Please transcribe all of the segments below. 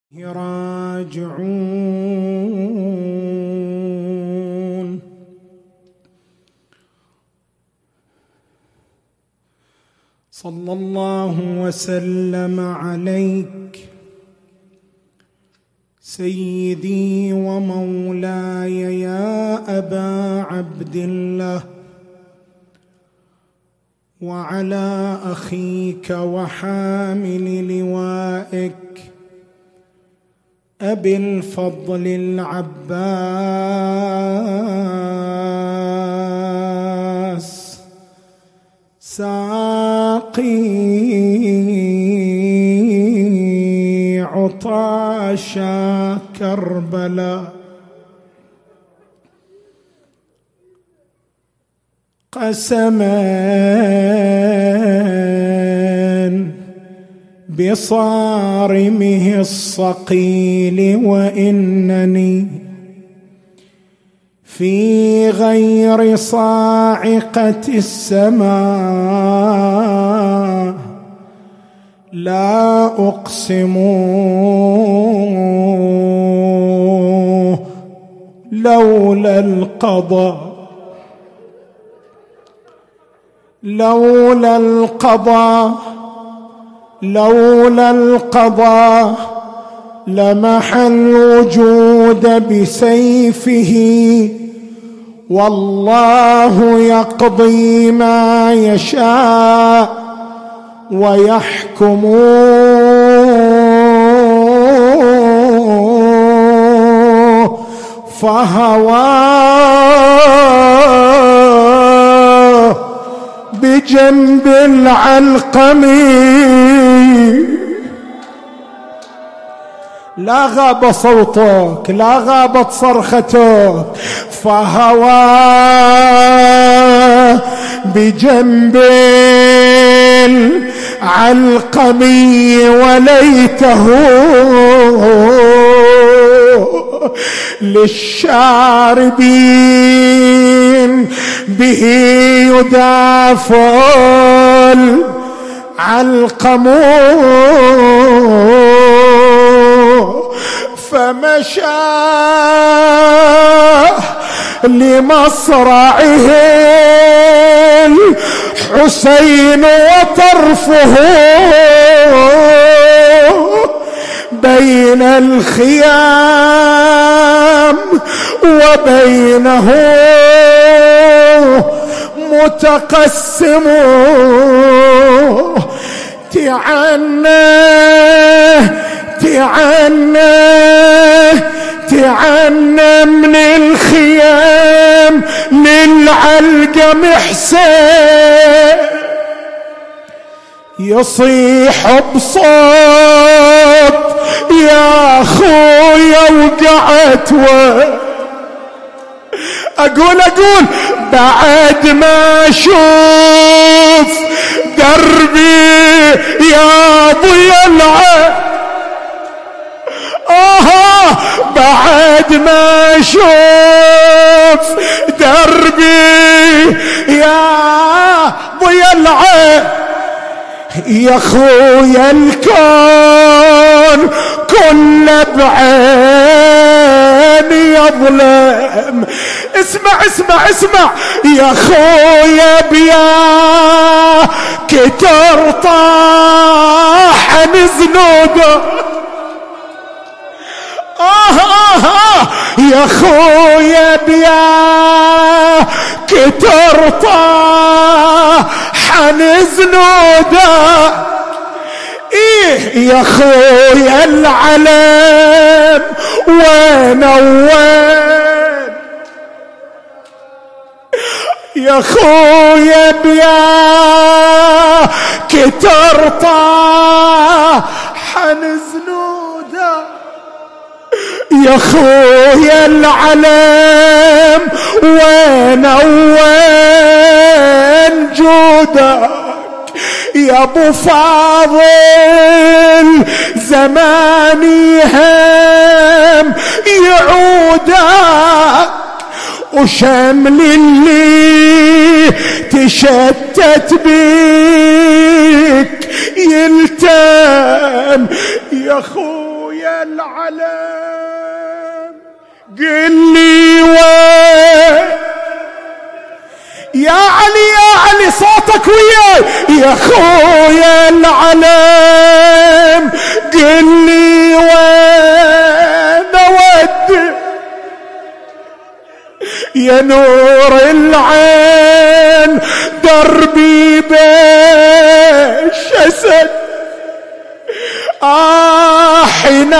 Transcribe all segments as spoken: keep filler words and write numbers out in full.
راجعون. صلى الله وسلم عليك سيدي ومولاي يا أبا عبد الله، وعلى أخيك وحامل لوائك أبي الفضل العباس ساقي عطاشا كربلاء، قسما بصارمه الصقيل وإنني في غير صاعقة السماء لا أقسم لولا القضاء لولا القضاء لولا القضاء لمحى الوجود بسيفه، والله يقضي ما يشاء ويحكم فهواه بجنب العلقمي. لا غاب صوتك، لا غابت صرختك، فهوى بجنب العلقمي وليته للشاربين به يدافع العلقم، فمشى لمصرعه الحسين وطرفه بين الخيام وبينه متقسم، تعنى تعنى تعنى من الخيام للعلقم حسين، يصيح بصوت يا خويا وقعت و اقول اقول بعد ما اشوف دربي يا ضيا العين، آه بعد ما اشوف دربي يا ضيا العين، يا خويا الكون كل بعين يظلم. اسمع اسمع اسمع يا خويا بيا كتر طاح نزنوده، آه آه آه يا خويا بيا كتر طاح نزنوده، إيه يا خويا العلم وين وين، يا خويا بيا كتر طاح نزنوده، يا خويا العلم وين وين جودك، يا ابو فاضل زماني هم يعودك، وشمل اللي تشتت بيك يلتم، يا خويا اخويا العلم قل لي وين يا علي يا علي صوتك وياي يا اخويا العلم قل لي وين اودي يا نور العين دربي بيش اسد آه حين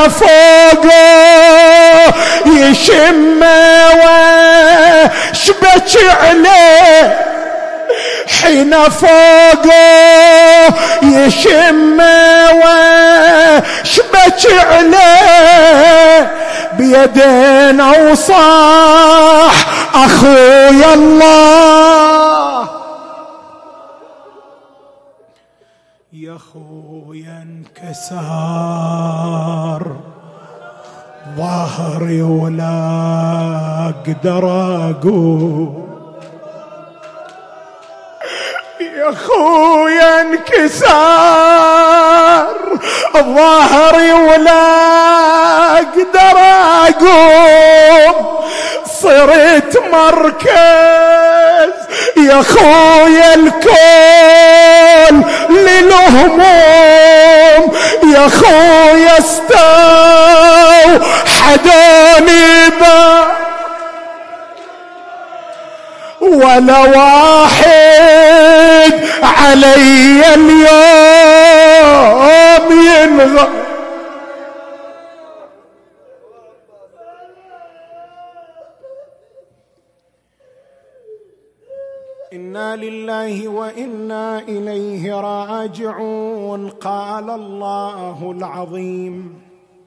فوقه يشم وشبك عليه حين فوقه يشم وشبك عليه بيدين وصاح اخويا الله يا خويا انكسر ظهري ولا اقدر اقوم يا خويا انكسر ظهري ولا اقدر اقوم صرت مركز يا خويا الكل للهموم يا خويا استو حداني با ولا واحد علي اليوم ينغى إنا لله وإنا إليه راجعون. قال الله العظيم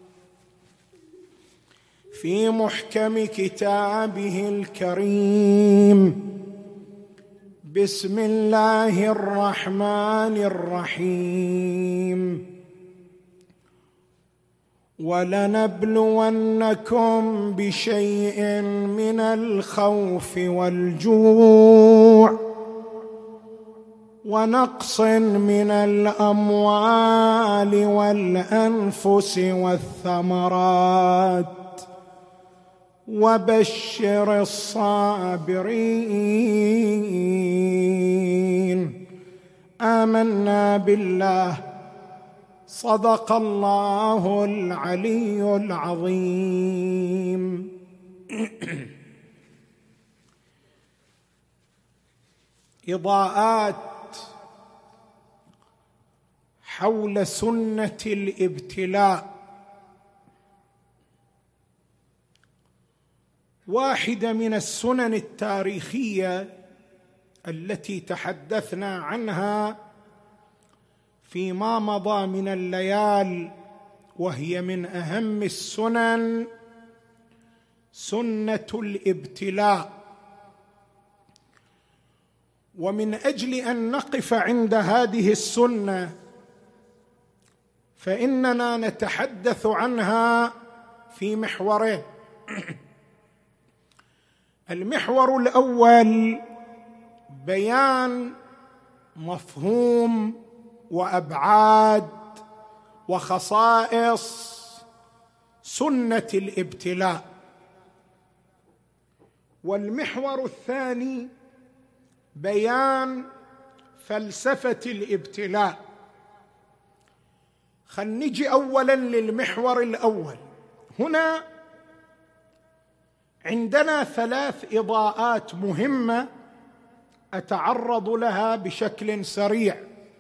في محكم كتابه الكريم بسم الله الرحمن الرحيم ولنبلونكم بشيء من الخوف والجوع ونقص من الأموال والأنفس والثمرات وبشر الصابرين. آمنا بالله صدق الله العلي العظيم. إضاءات حول سنة الابتلاء. واحدة من السنن التاريخية التي تحدثنا عنها فيما مضى من الليال، وهي من أهم السنن سنة الابتلاء. ومن أجل أن نقف عند هذه السنة فإننا نتحدث عنها في محورين. المحور الأول بيان مفهوم وأبعاد وخصائص سنة الابتلاء، والمحور الثاني بيان فلسفة الابتلاء. خلينا نجي أولا للمحور الأول. هنا عندنا ثلاث إضاءات مهمة أتعرض لها بشكل سريع.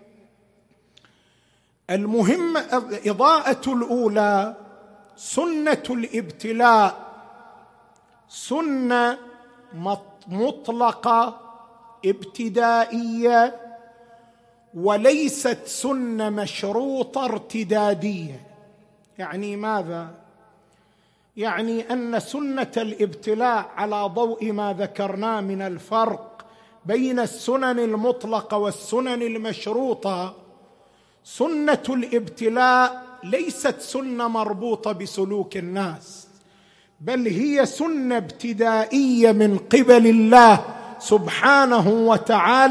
المهم الإضاءة الأولى سنة الابتلاء سنة مطلقة ابتدائية وليست سنة مشروطة ارتدادية. يعني ماذا؟ يعني أن سنة الابتلاء على ضوء ما ذكرناه من الفرق بين السنن المطلقة والسنن المشروطة، سنة الابتلاء ليست سنة مربوطة بسلوك الناس، بل هي سنة ابتدائية من قبل الله سبحانه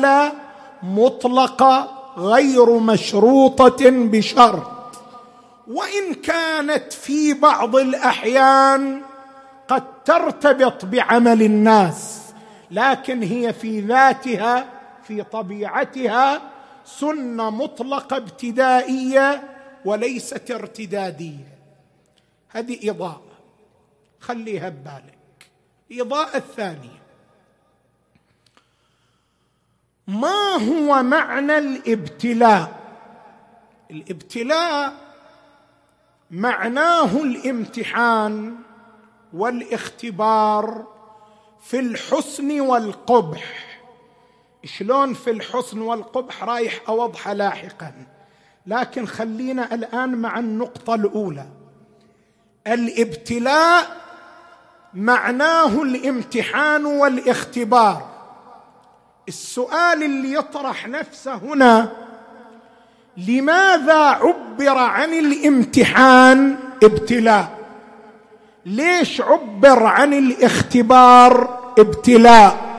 وتعالى، مطلقة غير مشروطة بشرط. وإن كانت في بعض الأحيان قد ترتبط بعمل الناس، لكن هي في ذاتها في طبيعتها سنة مطلقة ابتدائية وليست ارتدادية. هذه إضاءة خليها ببالك. الإضاءة الثانية، ما هو معنى الابتلاء؟ الابتلاء معناه الامتحان والاختبار في الحسن والقبح. شلون في الحسن والقبح رايح أوضح لاحقا، لكن خلينا الآن مع النقطة الأولى. الابتلاء معناه الامتحان والاختبار. السؤال اللي يطرح نفسه هنا، لماذا عبر عن الامتحان ابتلاء؟ ليش عبر عن الاختبار ابتلاء؟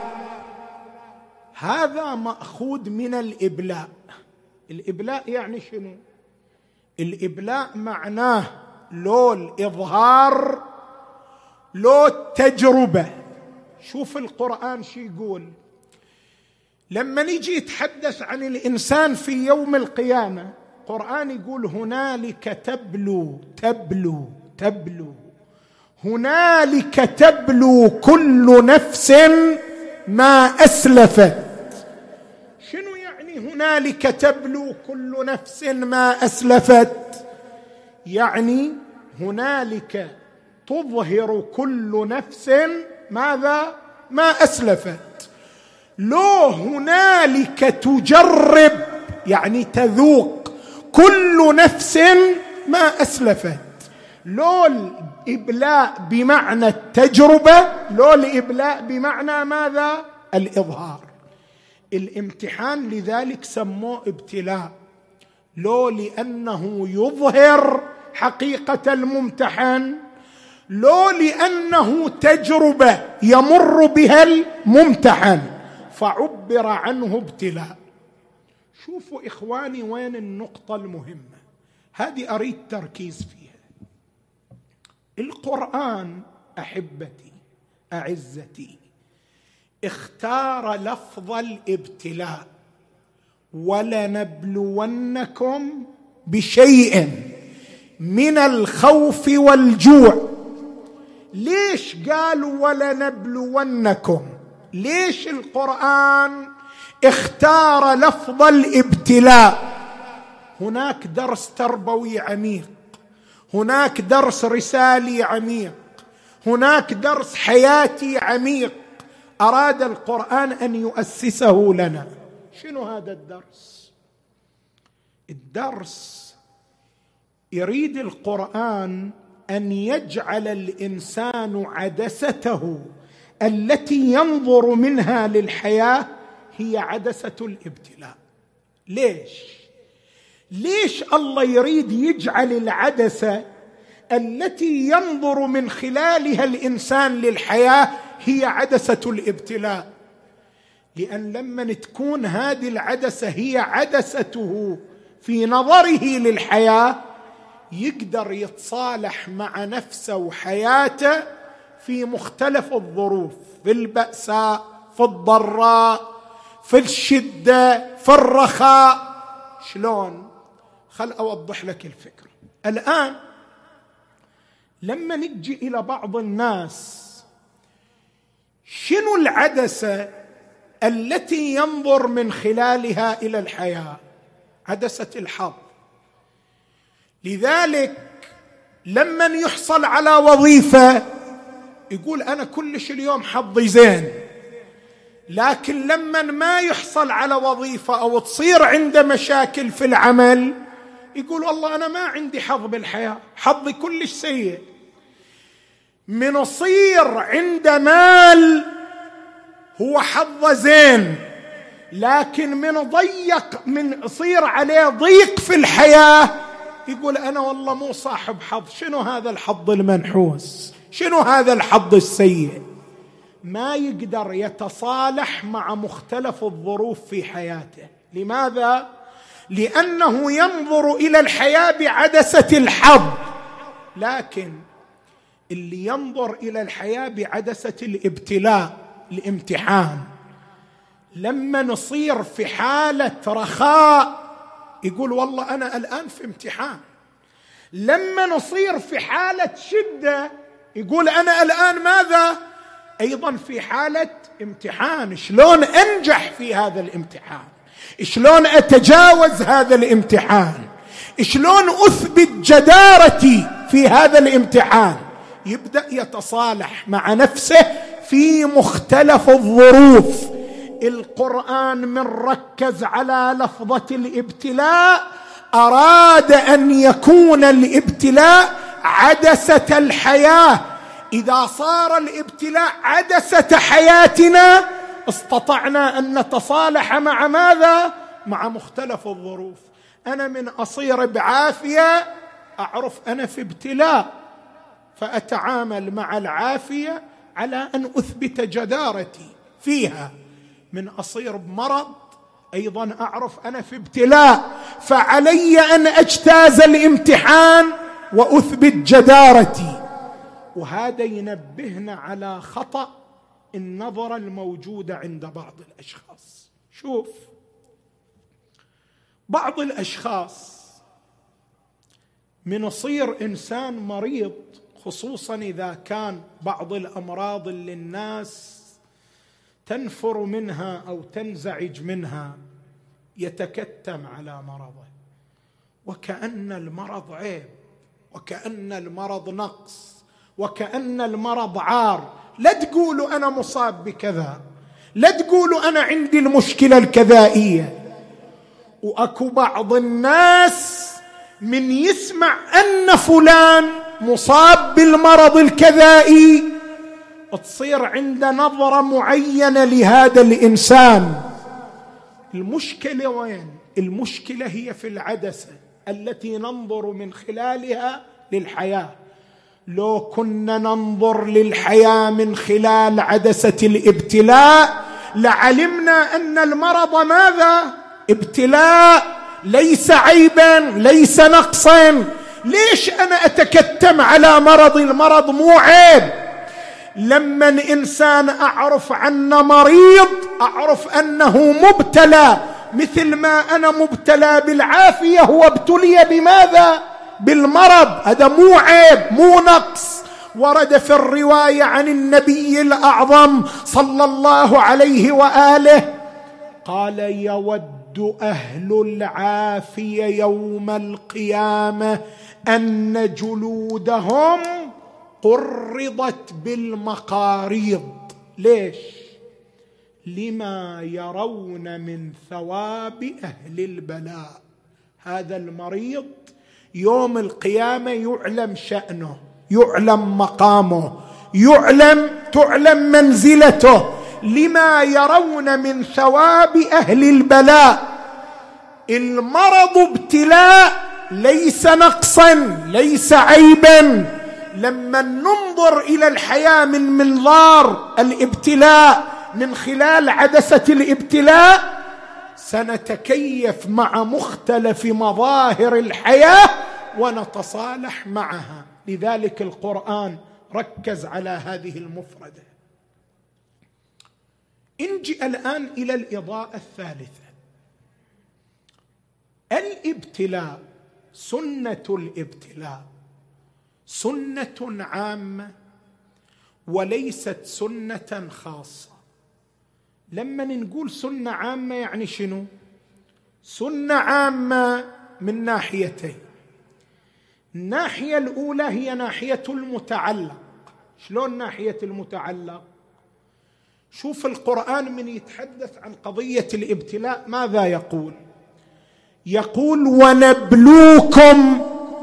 هذا مأخوذ من الإبلاء. الإبلاء يعني شنو؟ الإبلاء معناه لو الإظهار لو التجربة. شوف القرآن شو يقول لما نيجي يتحدث عن الإنسان في يوم القيامة. القرآن يقول هنالك تبلو تبلو تبلو هنالك تبلو كل نفس ما أسلفت. شنو يعني هنالك تبلو كل نفس ما أسلفت؟ يعني هنالك تظهر كل نفس ماذا؟ ما أسلفت. لو هنالك تجرب يعني تذوق كل نفس ما أسلفت. لو الإبلاء بمعنى التجربة، لو الإبلاء بمعنى ماذا؟ الإظهار. الامتحان لذلك سموه ابتلاء، لو لأنه يظهر حقيقة الممتحن، لو لأنه تجربة يمر بها الممتحن فعبر عنه ابتلاء. شوفوا إخواني وين النقطة المهمة، هذه أريد تركيز فيها. القرآن أحبتي أعزتي اختار لفظ الابتلاء، ولنبلونكم بشيء من الخوف والجوع. ليش قالوا ولنبلونكم؟ ليش القرآن اختار لفظ الابتلاء؟ هناك درس تربوي عميق، هناك درس رسالي عميق، هناك درس حياتي عميق أراد القرآن أن يؤسسه لنا. شنو هذا الدرس؟ الدرس يريد القرآن أن يجعل الإنسان عدسته التي ينظر منها للحياة هي عدسة الابتلاء. ليش؟ ليش الله يريد يجعل العدسة التي ينظر من خلالها الإنسان للحياة هي عدسة الابتلاء؟ لأن لما تكون هذه العدسة هي عدسته في نظره للحياة يقدر يتصالح مع نفسه وحياته في مختلف الظروف، في البأساء، في الضراء، في الشدة، في الرخاء. شلون؟ خل أوضح لك الفكرة. الآن لما نجي إلى بعض الناس، شنو العدسة التي ينظر من خلالها إلى الحياة؟ عدسة الحظ. لذلك لما يحصل على وظيفة يقول أنا كلش اليوم حظي زين، لكن لما ما يحصل على وظيفة أو تصير عنده مشاكل في العمل يقول والله أنا ما عندي حظ بالحياة، حظي كلش سيء. من يصير عنده مال هو حظه زين، لكن من ضيق من يصير عليه ضيق في الحياة يقول أنا والله مو صاحب حظ. شنو هذا الحظ المنحوس؟ شنو هذا الحظ السيء؟ ما يقدر يتصالح مع مختلف الظروف في حياته. لماذا؟ لأنه ينظر إلى الحياة بعدسة الحظ. لكن اللي ينظر إلى الحياة بعدسة الابتلاء، الامتحان، لما نصير في حالة رخاء يقول والله أنا الآن في امتحان، لما نصير في حالة شدة يقول أنا الآن ماذا؟ أيضا في حالة امتحان. شلون أنجح في هذا الامتحان؟ شلون أتجاوز هذا الامتحان؟ شلون أثبت جدارتي في هذا الامتحان؟ يبدأ يتصالح مع نفسه في مختلف الظروف. القرآن من ركز على لفظة الابتلاء أراد أن يكون الابتلاء عدسة الحياة. إذا صار الابتلاء عدسة حياتنا استطعنا أن نتصالح مع ماذا؟ مع مختلف الظروف. أنا من أصير بعافية أعرف أنا في ابتلاء، فأتعامل مع العافية على أن أثبت جدارتي فيها. من أصير بمرض أيضا أعرف أنا في ابتلاء، فعلي أن أجتاز الامتحان وأثبت جدارتي. وهذا ينبهنا على خطأ النظرة الموجودة عند بعض الأشخاص. شوف، بعض الأشخاص من يصير إنسان مريض، خصوصا إذا كان بعض الأمراض اللي الناس تنفر منها أو تنزعج منها، يتكتم على مرضه وكأن المرض عيب، وكأن المرض نقص، وكأن المرض عار. لا تقولوا أنا مصاب بكذا، لا تقولوا أنا عندي المشكلة الكذائية. وأكو بعض الناس من يسمع أن فلان مصاب بالمرض الكذائي تصير عنده نظرة معينة لهذا الإنسان. المشكلة وين؟ المشكلة هي في العدسة التي ننظر من خلالها للحياة. لو كنا ننظر للحياة من خلال عدسة الابتلاء لعلمنا أن المرض ماذا؟ ابتلاء، ليس عيبا، ليس نقصا. ليش أنا أتكتم على مرض؟ المرض مو عيب. لما إنسان أعرف عنه مريض أعرف أنه مبتلى، مثل ما أنا مبتلى بالعافية هو ابتلي بماذا؟ بالمرض. هذا مو عيب، مو نقص. ورد في الرواية عن النبي الأعظم صلى الله عليه وآله قال: يود أهل العافية يوم القيامة أن جلودهم قرضت بالمقاريض. ليش؟ لما يرون من ثواب أهل البلاء. هذا المريض يوم القيامة يعلم شأنه، يعلم مقامه، يعلم تعلم منزلته، لما يرون من ثواب أهل البلاء. المرض ابتلاء، ليس نقصا، ليس عيبا. لما ننظر إلى الحياة من منظار الابتلاء من خلال عدسة الابتلاء سنتكيف مع مختلف مظاهر الحياة ونتصالح معها. لذلك القرآن ركز على هذه المفردة. نجي الآن إلى الإضاءة الثالثة. الابتلاء، سنة الابتلاء سنة عامة وليست سنة خاصة. لما نقول سنة عامة يعني شنو؟ سنة عامة من ناحيتين. الناحية الأولى هي ناحية المتعلق. شلون ناحية المتعلق؟ شوف القرآن من يتحدث عن قضية الابتلاء ماذا يقول؟ يقول: ونبلوكم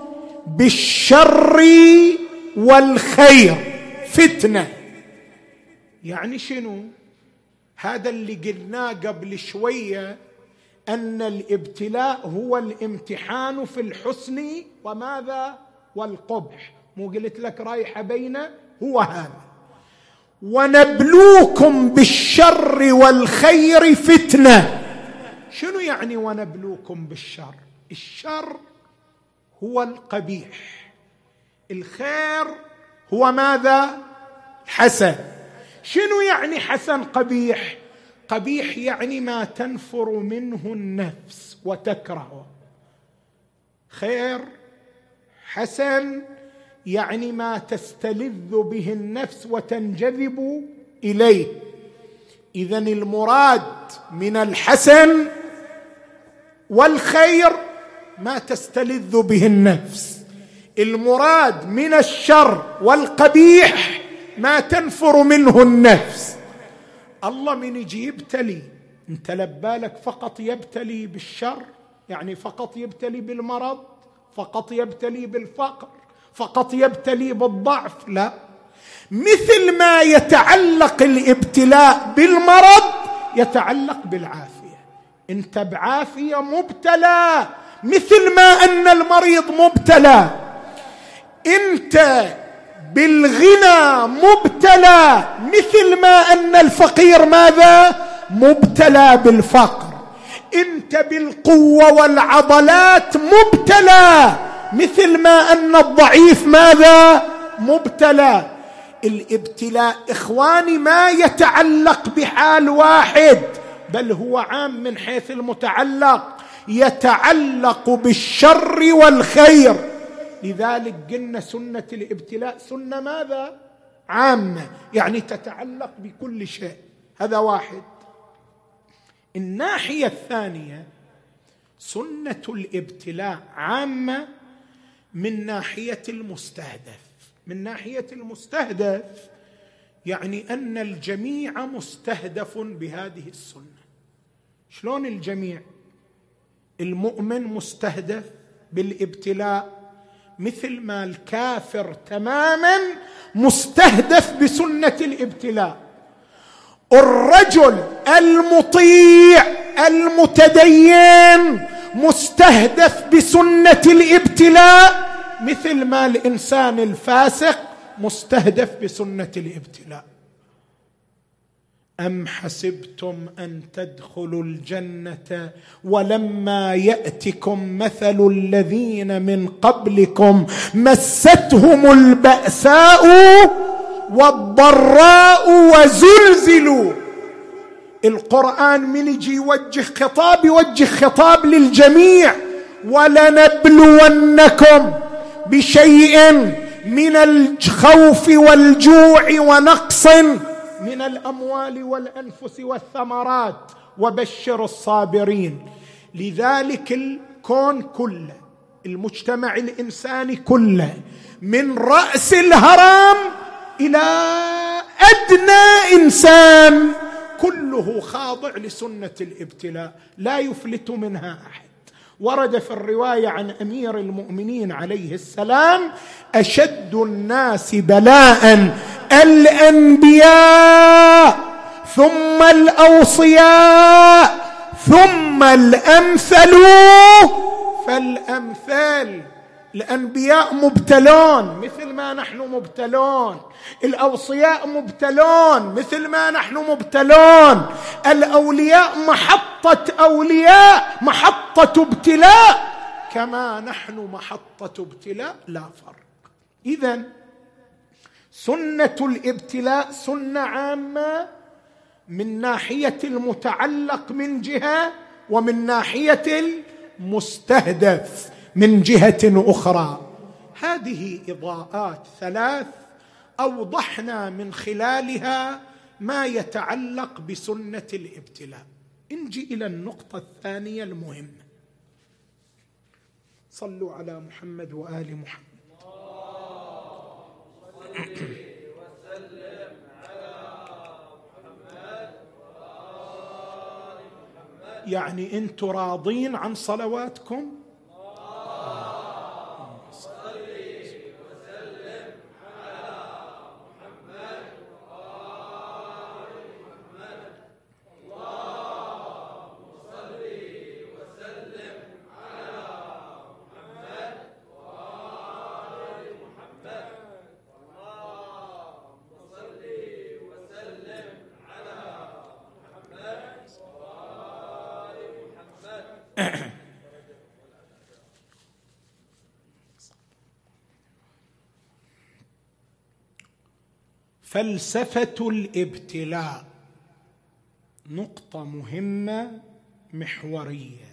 بالشر والخير فتنة. يعني شنو؟ هذا اللي قلناه قبل شوية، أن الابتلاء هو الامتحان في الحسن وماذا؟ والقبح. مو قلت لك رايحة بينه؟ هو هذا. ونبلوكم بالشر والخير فتنة. شنو يعني ونبلوكم بالشر؟ الشر هو القبيح، الخير هو ماذا؟ حسن. شنو يعني حسن قبيح؟ قبيح يعني ما تنفر منه النفس وتكرهه، خير حسن يعني ما تستلذ به النفس وتنجذب إليه. إذن المراد من الحسن والخير ما تستلذ به النفس، المراد من الشر والقبيح ما تنفر منه النفس. الله من يجي يبتلي، انت لبالك فقط يبتلي بالشر، يعني فقط يبتلي بالمرض، فقط يبتلي بالفقر، فقط يبتلي بالضعف؟ لا، مثل ما يتعلق الابتلاء بالمرض يتعلق بالعافية. انت بعافية مبتلى مثل ما أن المريض مبتلى، انت بالغنى مبتلى مثل ما أن الفقير ماذا؟ مبتلى بالفقر. انت بالقوة والعضلات مبتلى مثل ما أن الضعيف ماذا؟ مبتلى. الابتلاء إخواني ما يتعلق بحال واحد، بل هو عام من حيث المتعلق، يتعلق بالشر والخير. لذلك قلنا سنة الابتلاء سنة ماذا؟ عامة، يعني تتعلق بكل شيء. هذا واحد. الناحية الثانية سنة الابتلاء عامة من ناحية المستهدف. من ناحية المستهدف يعني أن الجميع مستهدف بهذه السنة. شلون الجميع؟ المؤمن مستهدف بالابتلاء مثل ما الكافر تماما مستهدف بسنة الابتلاء. الرجل المطيع المتدين مستهدف بسنة الابتلاء مثل ما الإنسان الفاسق مستهدف بسنة الابتلاء. أم حسبتم أن تدخلوا الجنة ولما يأتكم مثل الذين من قبلكم مستهم البأساء والضراء وزلزلوا. القرآن من يجي يوجه خطاب يوجه خطاب للجميع. ولنبلونكم بشيء من الخوف والجوع ونقص من الأموال والأنفس والثمرات وبشر الصابرين. لذلك الكون كله، المجتمع الإنساني كله، من رأس الهرم إلى أدنى إنسان كله خاضع لسنة الابتلاء، لا يفلت منها أحد. ورد في الرواية عن أمير المؤمنين عليه السلام: أشد الناس بلاء الأنبياء ثم الأوصياء ثم الأمثل فالأمثال. الأنبياء مبتلون مثل ما نحن مبتلون، الأوصياء مبتلون مثل ما نحن مبتلون، الأولياء محطة أولياء محطة ابتلاء كما نحن محطة ابتلاء، لا فرق. إذن سنة الابتلاء سنة عامة من ناحية المتعلق من جهة، ومن ناحية المستهدف من جهة أخرى. هذه إضاءات ثلاث أوضحنا من خلالها ما يتعلق بسنة الابتلاء. نجي إلى النقطة الثانية المهمة. صلوا على محمد وآل محمد. يعني أنتم راضين عن صلواتكم؟ فلسفة الابتلاء نقطة مهمة محورية.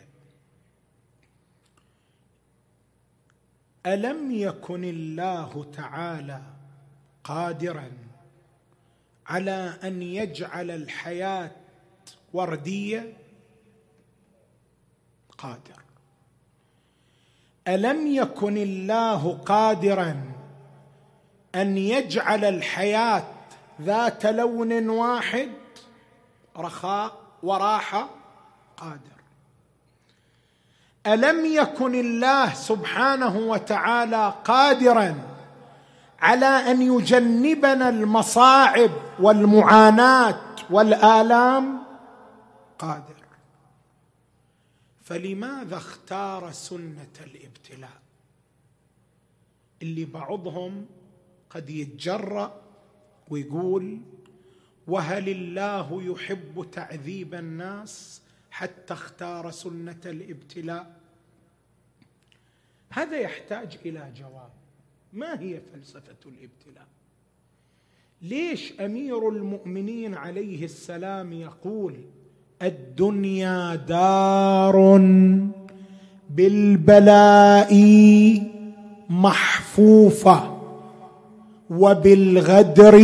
ألم يكن الله تعالى قادرا على أن يجعل الحياة وردية؟ قادر. ألم يكن الله قادرا أن يجعل الحياة ذات لون واحد، رخاء وراحة؟ قادر. ألم يكن الله سبحانه وتعالى قادرا على أن يجنبنا المصاعب والمعاناة والآلام؟ قادر. فلماذا اختار سنة الابتلاء اللي بعضهم قد يتجرأ ويقول وهل الله يحب تعذيب الناس حتى اختار سنة الابتلاء؟ هذا يحتاج إلى جواب. ما هي فلسفة الابتلاء؟ ليش أمير المؤمنين عليه السلام يقول الدنيا دار بالبلاء محفوفة وبالغدر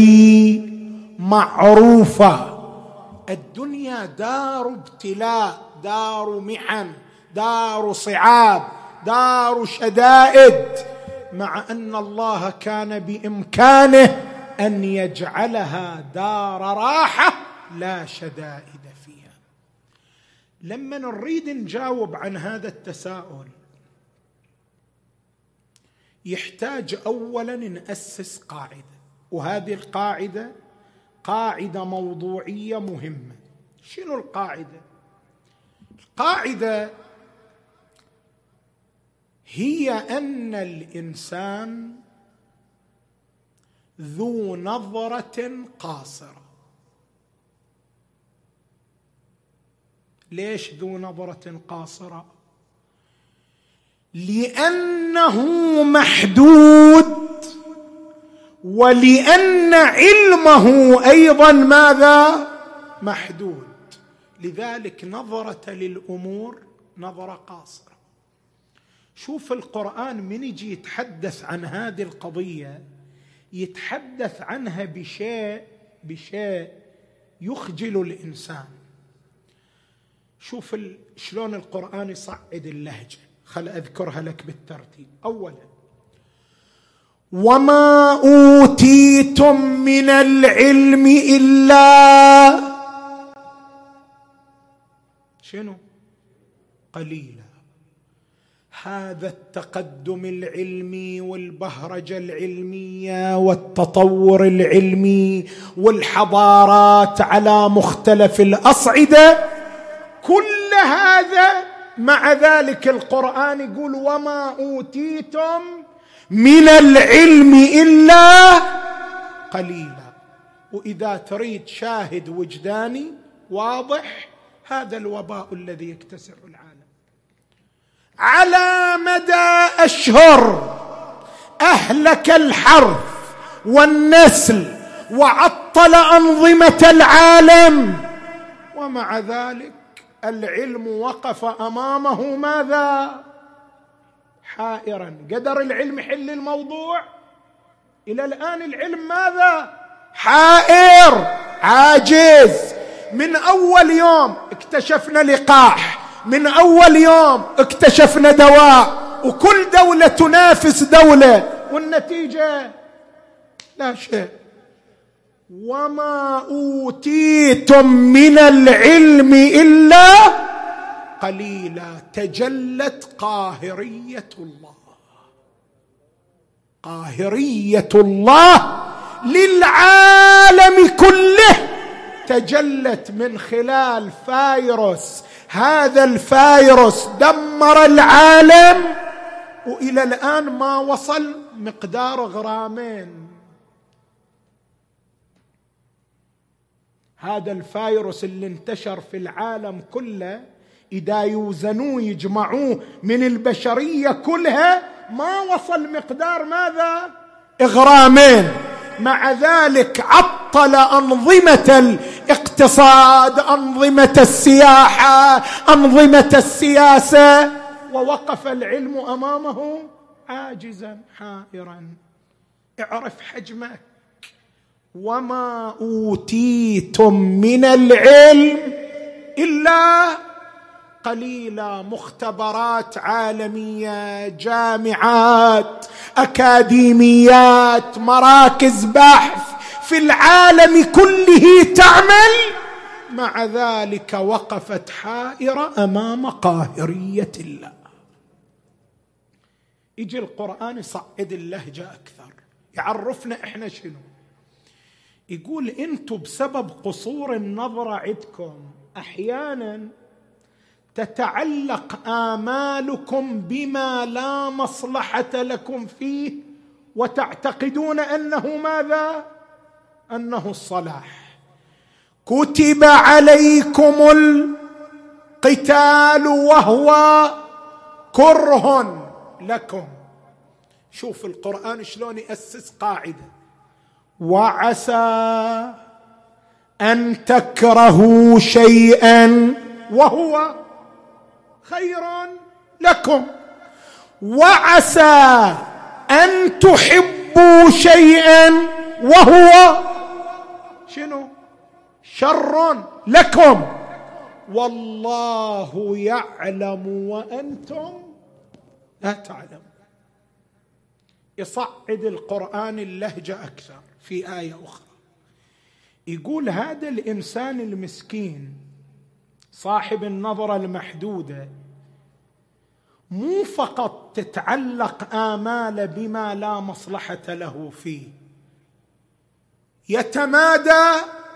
معروفة؟ الدنيا دار ابتلاء، دار محن، دار صعاب، دار شدائد، مع أن الله كان بإمكانه أن يجعلها دار راحة لا شدائد فيها. لما نريد نجاوب عن هذا التساؤل يحتاج أولا نأسس قاعدة، وهذه القاعدة قاعدة موضوعية مهمة. شنو القاعدة؟ القاعدة هي أن الإنسان ذو نظرة قاصرة. ليش ذو نظرة قاصرة؟ لأنه محدود، ولأن علمه أيضا ماذا؟ محدود. لذلك نظرة للأمور نظرة قاصرة. شوف القرآن من يجي يتحدث عن هذه القضية يتحدث عنها بشيء بشيء يخجل الإنسان. شوف شلون القرآن يصعد اللهجة. خل أذكرها لك بالترتيب. أولا وما أوتيتم من العلم إلا شنو؟ قليلا. هذا التقدم العلمي والبهرجة العلمية والتطور العلمي والحضارات على مختلف الأصعدة، كل هذا مع ذلك القرآن يقول وما أوتيتم من العلم إلا قليلا. وإذا تريد شاهد وجداني واضح، هذا الوباء الذي يكتسر العالم. على مدى أشهر أهلك الحرث والنسل وعطل أنظمة العالم، ومع ذلك العلم وقف أمامه ماذا؟ حائرا. قدر العلم يحل الموضوع؟ إلى الآن العلم ماذا؟ حائر، عاجز. من أول يوم اكتشفنا لقاح، من أول يوم اكتشفنا دواء، وكل دولة تنافس دولة، والنتيجة لا شيء. وما أوتيتم من العلم إلا قليلا. تجلت قاهرية الله، قاهرية الله للعالم كله تجلت من خلال فايروس. هذا الفايروس دمر العالم، وإلى الآن ما وصل مقدار غرامين. هذا الفايروس اللي انتشر في العالم كله إذا يوزنوه يجمعوه من البشرية كلها ما وصل مقدار ماذا؟ غرامين. مع ذلك عطل أنظمة الاقتصاد، أنظمة السياحة، أنظمة السياسة، ووقف العلم أمامه عاجزا حائرا. اعرف حجمك. وما أوتيتم من العلم إلا قليلا. مختبرات عالمية، جامعات، أكاديميات، مراكز بحث في العالم كله تعمل، مع ذلك وقفت حائرة أمام قاهرية الله. يجي القرآن يصعد اللهجة أكثر، يعرفنا إحنا شنو. يقول أنتم بسبب قصور النظرة عندكم أحيانا تتعلق آمالكم بما لا مصلحة لكم فيه، وتعتقدون أنه ماذا؟ أنه الصلاح. كتب عليكم القتال وهو كره لكم. شوف القرآن شلون يأسس قاعدة: وعسى أن تكرهوا شيئا وهو خير لكم، وعسى أن تحبوا شيئا وهو شنو؟ شر لكم، والله يعلم وأنتم لا تعلمون. يصعد القرآن اللهجة أكثر في آية أخرى، يقول هذا الإنسان المسكين صاحب النظرة المحدودة مو فقط تتعلق آمال بما لا مصلحة له فيه، يتمادى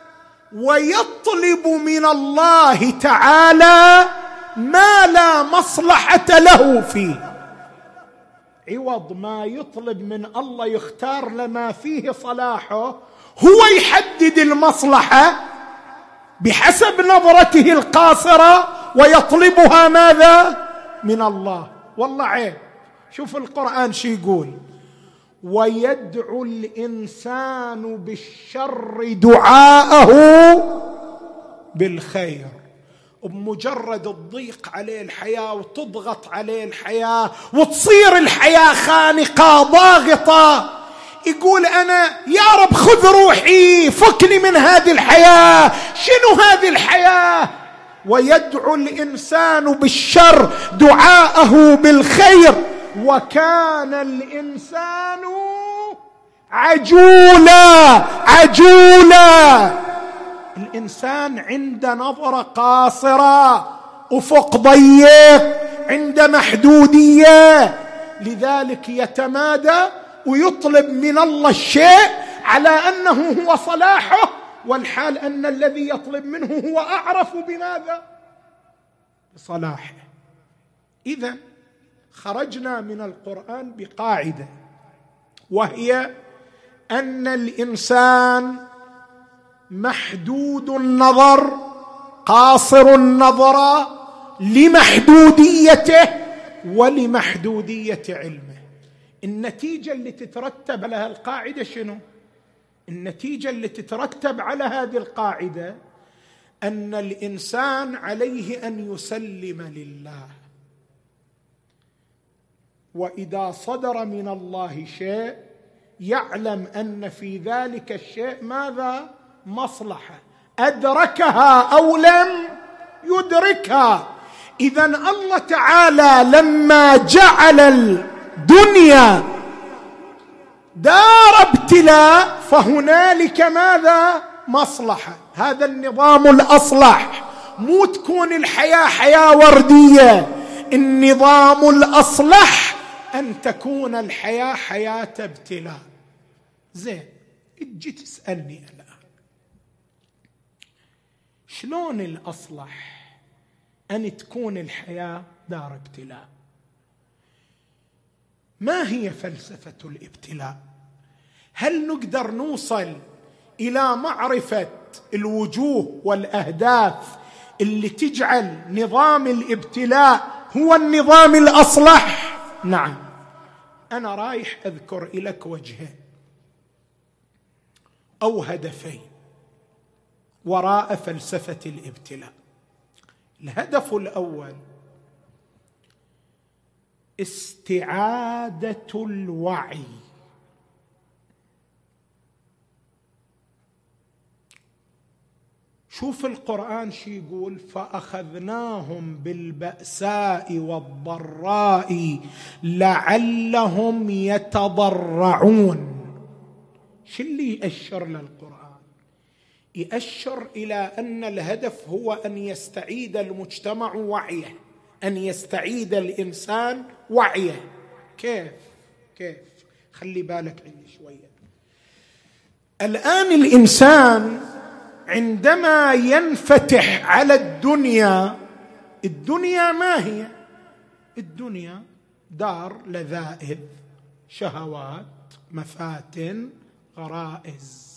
ويطلب من الله تعالى ما لا مصلحة له فيه. عوض ما يطلب من الله يختار لما فيه صلاحه، هو يحدد المصلحة بحسب نظرته القاصرة ويطلبها ماذا؟ من الله. والله عيب. شوف القرآن شو يقول: ويدعو الإنسان بالشر دعاءه بالخير. بمجرد تضيق عليه الحياة وتضغط عليه الحياة وتصير الحياة خانقة ضاغطة، يقول أنا يا رب خذ روحي، فكني من هذه الحياة. شنو هذه الحياة؟ ويدعو الإنسان بالشر دعاءه بالخير، وكان الإنسان عجولا عجولا. الإنسان عند نظرة قاصرة، أفق ضيق، عند محدودية، لذلك يتمادى ويطلب من الله الشيء على أنه هو صلاحه، والحال أن الذي يطلب منه هو أعرف بماذا؟ بصلاحه. إذن خرجنا من القرآن بقاعدة، وهي أن الإنسان محدود النظر، قاصر النظر لمحدوديته ولمحدودية علمه. النتيجة اللي تترتب على القاعدة شنو؟ النتيجة اللي تترتب على هذه القاعدة أن الإنسان عليه أن يسلم لله، وإذا صدر من الله شيء يعلم أن في ذلك الشيء ماذا؟ مصلحة، أدركها أو لم يدركها. إذن الله تعالى لما جعل الدنيا دار ابتلاء فهنالك ماذا؟ مصلحة. هذا النظام الأصلح. مو تكون الحياة حياة وردية، النظام الأصلح أن تكون الحياة حياة ابتلاء. زين، اجي تسألني الآن شلون الأصلح أن تكون الحياة دار ابتلاء؟ ما هي فلسفة الابتلاء؟ هل نقدر نوصل إلى معرفة الوجوه والأهداف اللي تجعل نظام الابتلاء هو النظام الأصلح؟ نعم. أنا رايح أذكر لك وجهين. أو هدفين وراء فلسفة الابتلاء. الهدف الأول استعادة الوعي. شوف القرآن شو يقول: فأخذناهم بالبأساء والضراء لعلهم يتضرعون. شو اللي يأشر للقرآن؟ يأشر إلى أن الهدف هو أن يستعيد المجتمع وعيه، أن يستعيد الإنسان وعيه. كيف؟ كيف؟ خلي بالك عندي شوية. الآن الإنسان عندما ينفتح على الدنيا، الدنيا ما هي؟ الدنيا دار لذائذ، شهوات، مفاتن، غرائز.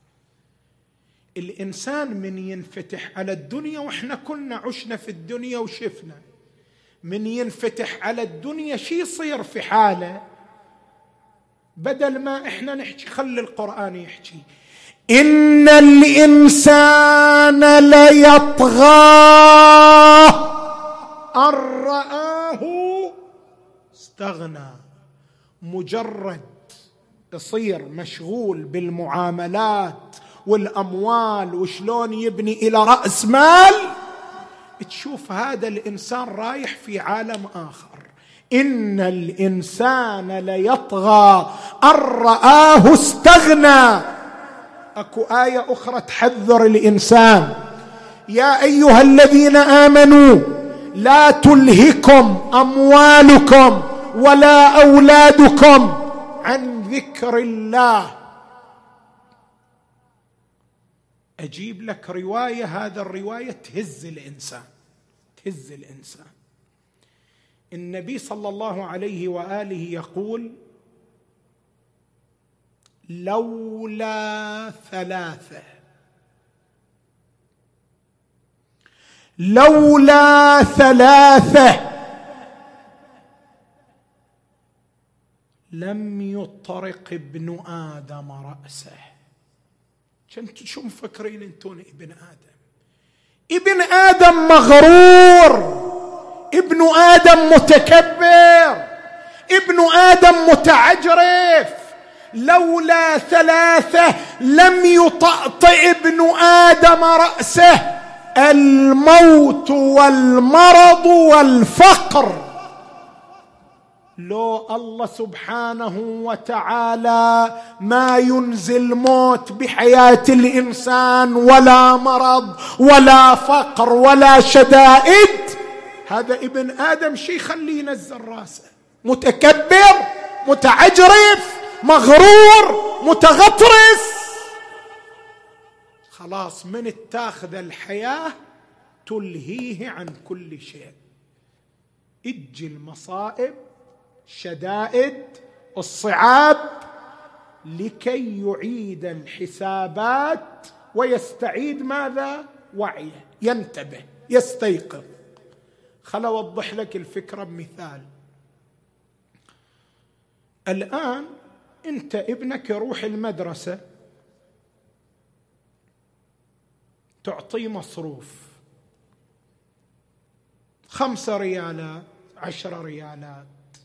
الإنسان من ينفتح على الدنيا، وإحنا كلنا عشنا في الدنيا وشفنا، من ينفتح على الدنيا شي يصير في حاله؟ بدل ما إحنا نحكي خلي القرآن يحكي: إن الإنسان ليطغى أن رآه استغنى. مجرد يصير مشغول بالمعاملات والأموال وشلون يبني إلى رأس مال، تشوف هذا الإنسان رايح في عالم آخر. إن الإنسان ليطغى أن رآه استغنى. أكو آية أخرى تحذر الإنسان: يا أيها الذين آمنوا لا تلهكم أموالكم ولا أولادكم عن ذكر الله. أجيب لك رواية، هذا الرواية تهز الإنسان، تهز الإنسان. النبي صلى الله عليه وآله يقول: لولا ثلاثة، لولا ثلاثة لم يطرق ابن آدم رأسه. كنتوا شو مفكرين انتون ابن آدم؟ ابن آدم مغرور، ابن آدم متكبر، ابن آدم متعجرف. لولا ثلاثة لم يطأطئ ابن آدم رأسه: الموت والمرض والفقر. لو الله سبحانه وتعالى ما ينزل موت بحياة الإنسان ولا مرض ولا فقر ولا شدائد، هذا ابن آدم شي يخليه ينزل راسه؟ متكبر، متعجرف، مغرور، متغطرس. خلاص من اتاخذ الحياة تلهيه عن كل شيء. اجي المصائب، شدائد، الصعاب، لكي يعيد الحسابات ويستعيد ماذا؟ وعيه، ينتبه، يستيقظ. خل أوضح لك الفكرة بمثال. الآن أنت ابنك يروح المدرسة، تعطيه مصروف خمسة ريالات، عشرة ريالات،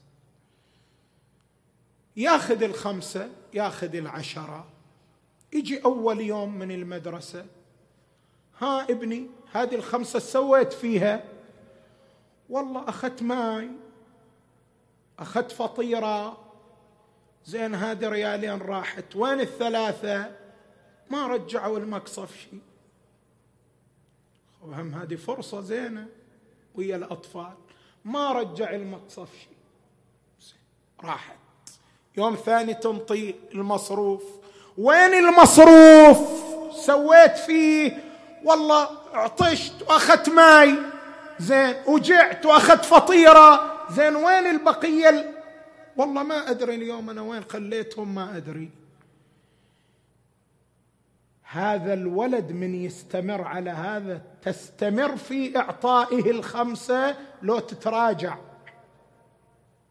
ياخذ الخمسة، ياخذ العشرة. يجي أول يوم من المدرسة: ها ابني هذه الخمسة سويت فيها؟ والله أخذت ماي، أخذت فطيرة. زين هذه ريالين راحت، وين الثلاثة؟ ما رجعوا المقصف شيء. وهم هذه فرصة زينة ويا الأطفال، ما رجع المقصف شيء، راحت. يوم ثاني تنطي المصروف: وين المصروف؟ سويت فيه؟ والله عطشت وأخذت ماي. زين وجعت وأخذت فطيرة. زين وين البقية؟ والله ما أدري اليوم أنا وين خليتهم، ما أدري. هذا الولد من يستمر على هذا تستمر في إعطائه الخمسة، لو تتراجع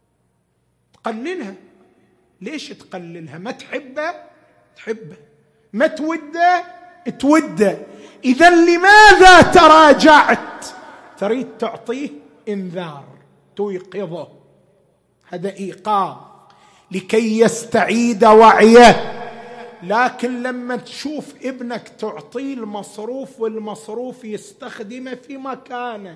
تقللها. ليش تقللها؟ ما تحبه؟ تحبه. ما توده توده. إذا لماذا تراجعت؟ تريد تعطيه إنذار، توقظه، هذا إيقاظ لكي يستعيد وعيه. لكن لما تشوف ابنك تعطيه المصروف والمصروف يستخدمه في مكانه،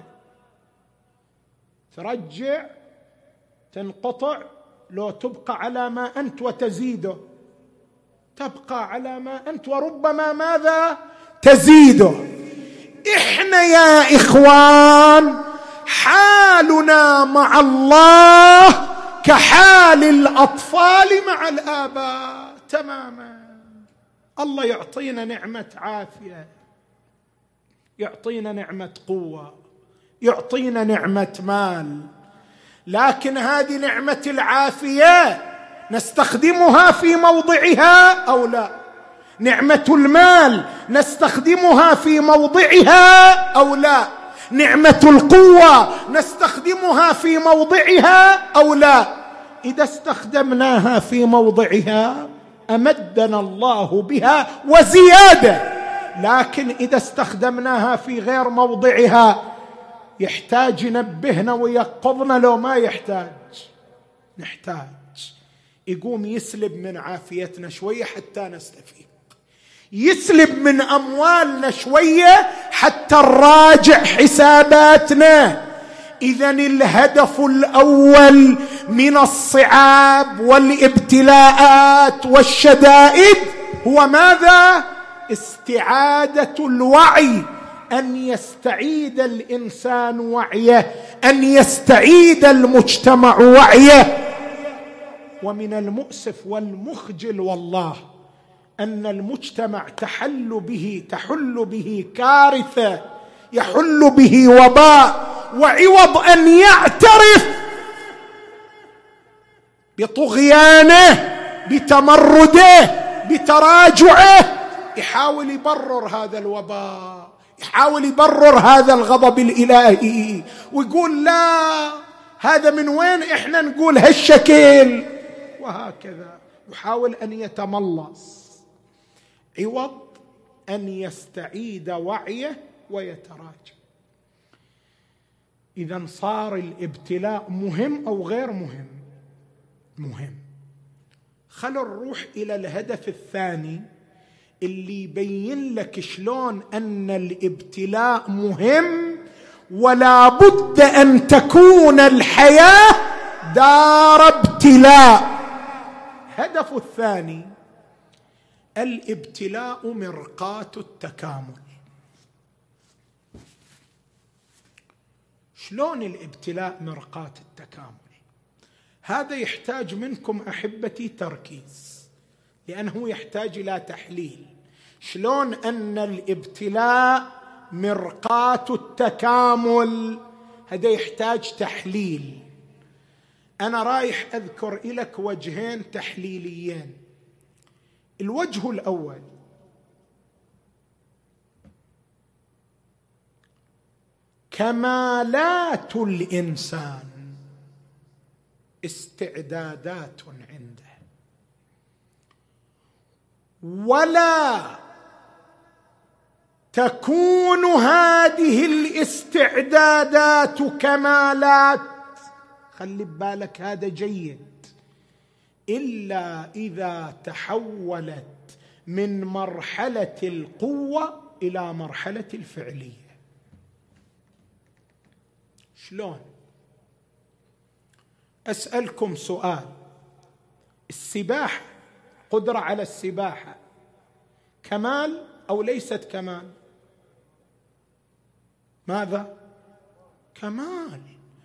ترجع، تنقطع، لو تبقى على ما أنت وتزيده، تبقى على ما أنت وربما ماذا تزيده. إحنا يا إخوان حالنا مع الله كحال الأطفال مع الآباء تماما. الله يعطينا نعمة عافية، يعطينا نعمة قوة، يعطينا نعمة مال، لكن هذه نعمة العافية نستخدمها في موضعها أو لا؟ نعمة المال نستخدمها في موضعها أو لا؟ نعمة القوة نستخدمها في موضعها أو لا؟ إذا استخدمناها في موضعها أمدنا الله بها وزيادة، لكن إذا استخدمناها في غير موضعها يحتاج ينبهنا ويقظنا، لو ما يحتاج نحتاج يقوم يسلب من عافيتنا شوية حتى نستفيق، يسلب من أموالنا شوية حتى نراجع حساباتنا. إذن الهدف الأول من الصعاب والابتلاءات والشدائد هو ماذا؟ استعادة الوعي، أن يستعيد الإنسان وعيه، أن يستعيد المجتمع وعيه. ومن المؤسف والمخجل والله أن المجتمع تحل به تحل به كارثة، يحل به وباء، وعوض أن يعترف بطغيانه بتمرده بتراجعه يحاول يبرر هذا الوباء، يحاول يبرر هذا الغضب الإلهي، ويقول لا هذا من وين إحنا نقول هالشكل، وهكذا يحاول أن يتملص عوض أن يستعيد وعيه ويتراجع. إذا صار الابتلاء مهم أو غير مهم؟ مهم. خلوا نروح إلى الهدف الثاني اللي يبين لك شلون أن الابتلاء مهم، ولا بد أن تكون الحياة دار ابتلاء. هدف الثاني الابتلاء مرقاة التكامل. شلون الابتلاء مرقاة التكامل؟ هذا يحتاج منكم أحبتي تركيز، لأنه يحتاج إلى تحليل. شلون أن الابتلاء مرقاة التكامل؟ هذا يحتاج تحليل. أنا رايح أذكر لك وجهين تحليليين. الوجه الأول كمالات الإنسان استعدادات عنده، ولا تكون هذه الاستعدادات كمالات، خلي ببالك هذا جيد، إلا إذا تحولت من مرحلة القوة إلى مرحلة الفعلية. شلون؟ أسألكم سؤال، السباحة، قدرة على السباحة، كمال أو ليست كمال؟ ماذا؟ كمال.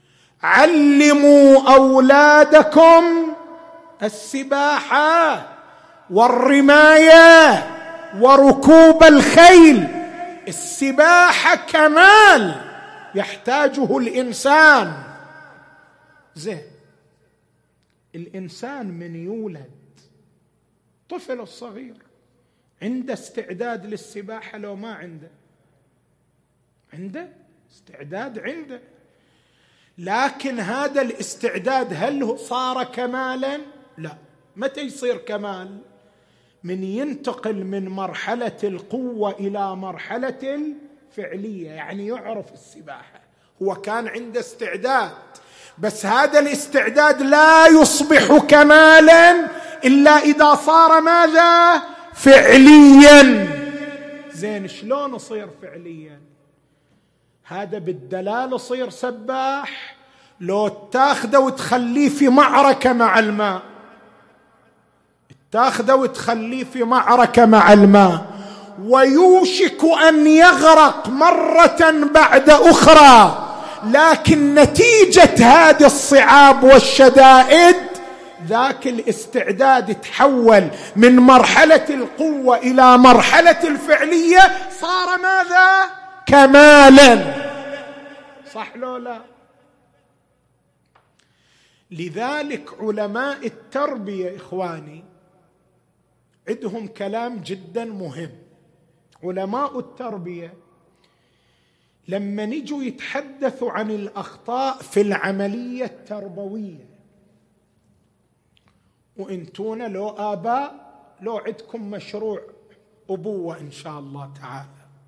علموا أولادكم السباحة والرماية وركوب الخيل. السباحة كمال يحتاجه الإنسان. زين، الإنسان من يولد طفل الصغير عنده استعداد للسباحة لو ما عنده؟ عنده استعداد، عنده، لكن هذا الاستعداد هل صار كمالا؟ لا. متى يصير كمال؟ من ينتقل من مرحلة القوة إلى مرحلة الفعلية، يعني يعرف السباحة، هو كان عنده استعداد، بس هذا الاستعداد لا يصبح كمالا إلا إذا صار ماذا؟ فعليا. زين، شلون يصير فعليا؟ هذا بالدلال يصير سباح لو تاخده وتخليه في معركة مع الماء، تاخده وتخليه في معركة مع الماء ويوشك أن يغرق مرة بعد أخرى، لكن نتيجة هذه الصعاب والشدائد ذاك الاستعداد تحول من مرحلة القوة إلى مرحلة الفعلية، صار ماذا؟ كمالا. صح لو لا؟ لذلك علماء التربية إخواني عندهم كلام جدا مهم. علماء التربية لما نجوا يتحدثوا عن الأخطاء في العملية التربوية، وإنتونا لو آباء لو عندكم مشروع أبوة إن شاء الله تعالى،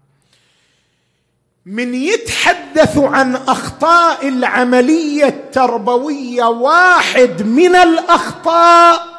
من يتحدثوا عن أخطاء العملية التربوية، واحد من الأخطاء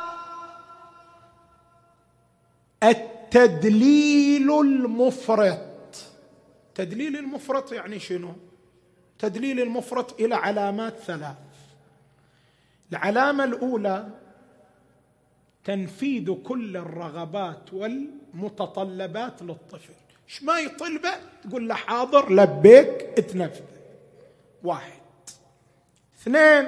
التدليل المفرط. تدليل المفرط يعني شنو؟ تدليل المفرط إلى علامات ثلاث. العلامة الأولى تنفيذ كل الرغبات والمتطلبات للطفل، ايش ما يطلبه تقول له حاضر لبيك اتنفذ. واحد. اثنين،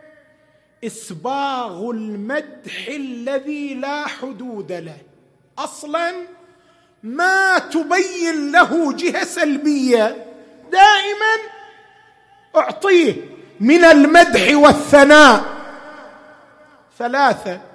إسباغ المدح الذي لا حدود له، أصلا ما تبين له جهة سلبية، دائما أعطيه من المدح والثناء. ثلاثة،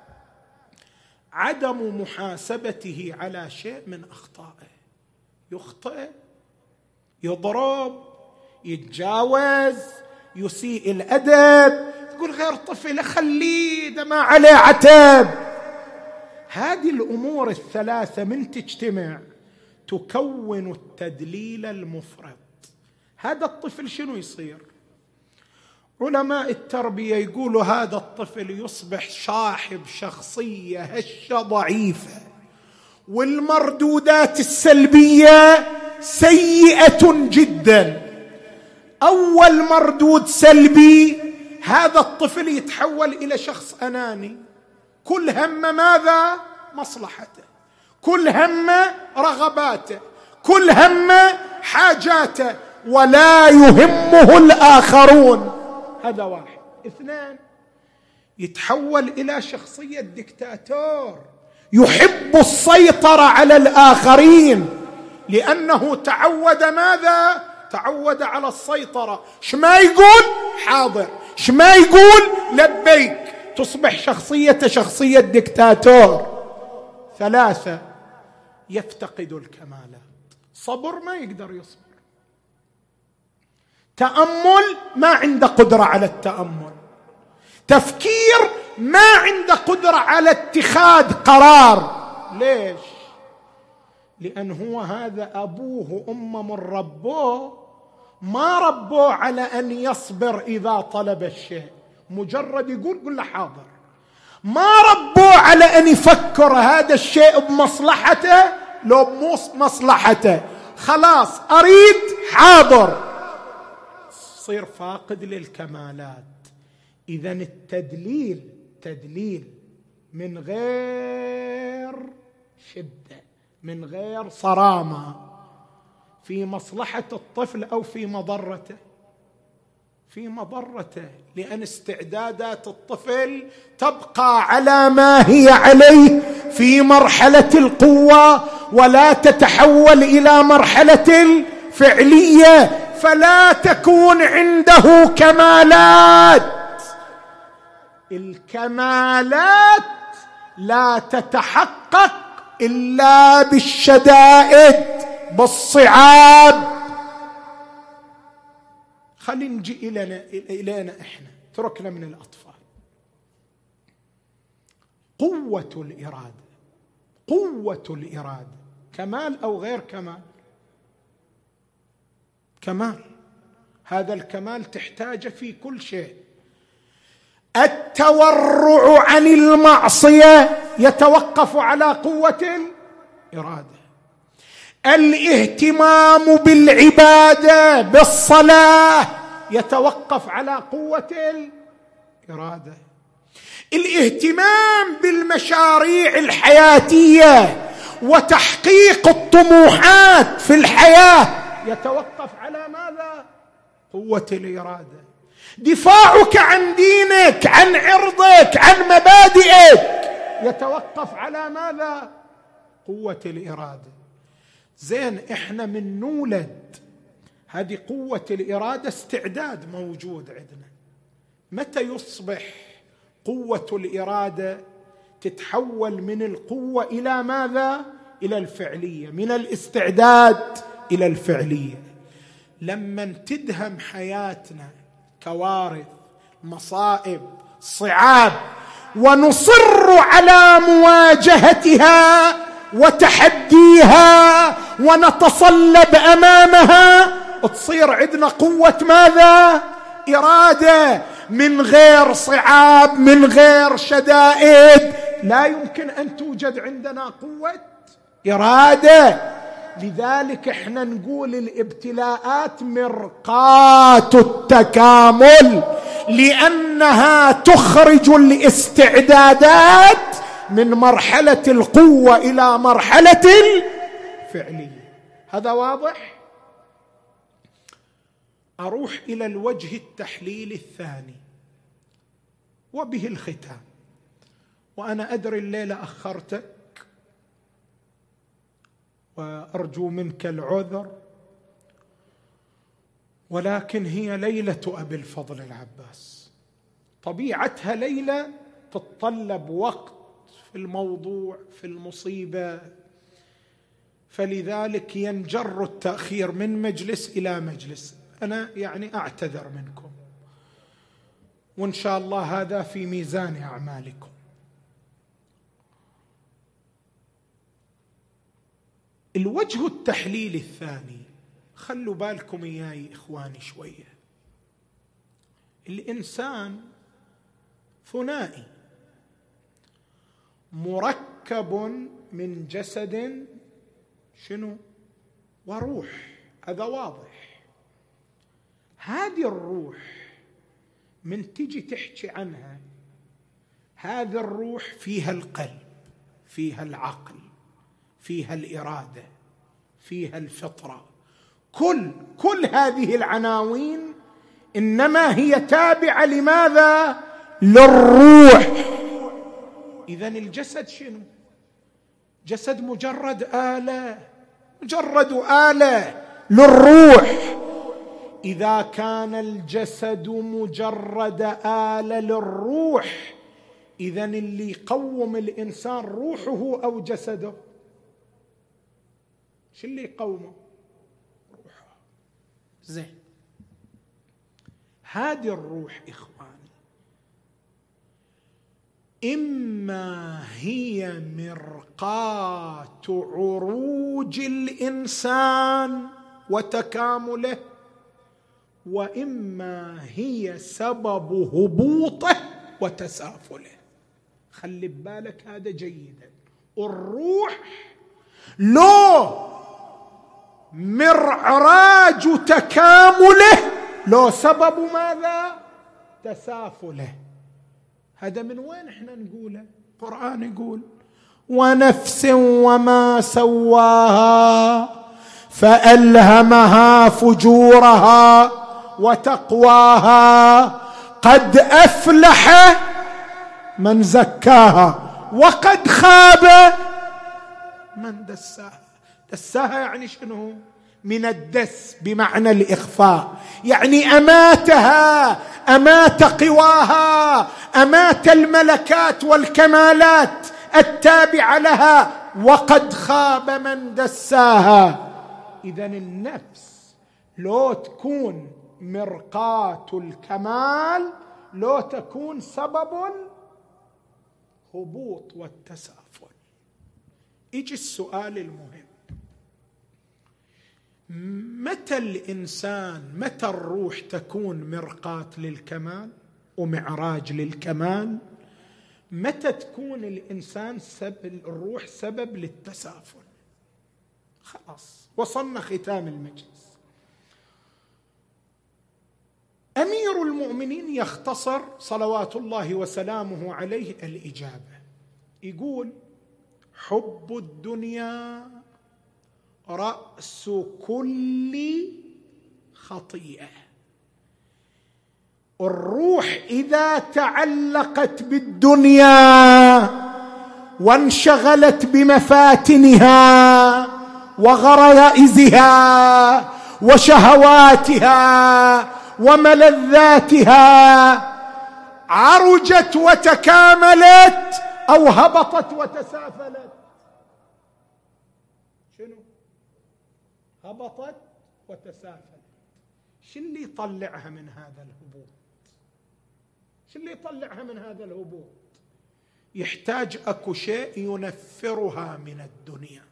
عدم محاسبته على شيء من أخطائه، يخطئ، يضرب، يتجاوز، يسيء الأدب، تقول غير طفل خليه ده ما عليه عتاب. هذه الأمور الثلاثة من تجتمع تكون التدليل المفرط. هذا الطفل شنو يصير؟ علماء التربية يقولوا هذا الطفل يصبح صاحب شخصية هشة ضعيفة، والمردودات السلبية سيئة جدا. أول مردود سلبي، هذا الطفل يتحول إلى شخص أناني، كل هم ماذا؟ مصلحته، كل هم رغباته، كل هم حاجاته، ولا يهمه الآخرون. هذا واحد. اثنان، يتحول إلى شخصية دكتاتور، يحب السيطرة على الآخرين، لأنه تعود ماذا؟ تعود على السيطرة. شما يقول حاضر، شما يقول لبيك، تصبح شخصية شخصية دكتاتور. ثلاثة، يفتقد الكمالات، صبر ما يقدر يصبر، تأمل ما عنده قدرة على التأمل، تفكير ما عنده قدرة على اتخاذ قرار. ليش؟ لأن هو هذا أبوه وأمه من ربوه ما ربوه على أن يصبر إذا طلب الشيء، مجرد يقول قل له حاضر. ما ربوه على أن يفكر هذا الشيء بمصلحته لو مو مصلحته، خلاص أريد حاضر، صير فاقد للكمالات. إذن التدليل تدليل من غير شدة، من غير صرامة، في مصلحة الطفل أو في مضرته؟ في مضرته، لأن استعدادات الطفل تبقى على ما هي عليه في مرحلة القوة، ولا تتحول إلى مرحلة الفعلية، فلا تكون عنده كمالات. الكمالات لا تتحقق إلا بالشدائد، بالصعاب. خلينا نجي إلينا, إلينا إحنا، تركنا من الأطفال. قوة الإرادة قوة الإرادة كمال أو غير كمال؟ كمال. هذا الكمال تحتاجه في كل شيء. التورع عن المعصية يتوقف على قوة الإرادة. الاهتمام بالعبادة بالصلاة يتوقف على قوة الإرادة. الاهتمام بالمشاريع الحياتية وتحقيق الطموحات في الحياة يتوقف على ماذا؟ قوة الإرادة. دفاعك عن دينك، عن عرضك، عن مبادئك يتوقف على ماذا؟ قوة الإرادة. زين، احنا من نولد هذه قوة الإرادة استعداد موجود عندنا. متى يصبح قوة الإرادة تتحول من القوة إلى ماذا؟ إلى الفعلية، من الاستعداد إلى الفعلية. لما تدهم حياتنا كوارث، مصائب، صعاب، ونصر على مواجهتها وتحديها ونتصلب أمامها، تصير عندنا قوة ماذا؟ إرادة. من غير صعاب، من غير شدائد، لا يمكن أن توجد عندنا قوة إرادة. لذلك احنا نقول الابتلاءات مرقاة التكامل، لأنها تخرج الاستعدادات من مرحلة القوة إلى مرحلة الفعلية. هذا واضح؟ أروح إلى الوجه التحليلي الثاني وبه الختام. وأنا أدري الليلة أخرتك وأرجو منك العذر، ولكن هي ليلة أبي الفضل العباس، طبيعتها ليلة تتطلب وقت في الموضوع، في المصيبة، فلذلك ينجر التأخير من مجلس إلى مجلس. أنا يعني أعتذر منكم، وإن شاء الله هذا في ميزان أعمالكم. الوجه التحليلي الثاني، خلوا بالكم إياي إخواني شوية. الإنسان ثنائي مركب من جسد شنو؟ وروح. هذا واضح. هذه الروح من تجي تحكي عنها، هذه الروح فيها القلب، فيها العقل، فيها الإرادة، فيها الفطرة. كل كل هذه العناوين إنما هي تابعة لماذا؟ للروح. إذن الجسد شنو؟ جسد مجرد آلة، مجرد آلة للروح. إذا كان الجسد مجرد آلة للروح، إذن اللي يقوم الإنسان روحه أو جسده؟ شو اللي يقومه؟ روحه. زين، هذه الروح إخواني إما هي مرقاة عروج الإنسان وتكامله، وإما هي سبب هبوطه وتسافله. خلي بالك هذا جيدا. الروح لو مرعراج تكامله، لو سبب ماذا؟ تسافله. هذا من وين احنا نقوله؟ القرآن يقول: ونفس وما سواها فألهمها فجورها وتقواها قد أفلح من زكاها وقد خاب من دساها. دساها يعني شنو؟ من الدس بمعنى الإخفاء، يعني أماتها، أمات قواها، أمات الملكات والكمالات التابعة لها، وقد خاب من دساها. إذن النفس لو تكون مرقاة الكمال، لو تكون سبب الهبوط والتسافل. يجي السؤال المهم: متى الإنسان، متى الروح تكون مرقاة للكمال ومعراج للكمال؟ متى تكون الإنسان سبب، الروح سبب للتسافل؟ خلاص وصلنا ختام المجلس. أمير المؤمنين يختصر صلوات الله وسلامه عليه الإجابة، يقول: حب الدنيا رأس كل خطيئة. الروح إذا تعلقت بالدنيا وانشغلت بمفاتنها وغرائزها وشهواتها وملذاتها، عرجت وتكاملت أو هبطت وتسافلت. شنو؟ هبطت وتسافلت. شو اللي يطلعها من هذا الهبوط؟ شو اللي يطلعها من هذا الهبوط؟ يحتاج أكو شيء ينفرها من الدنيا.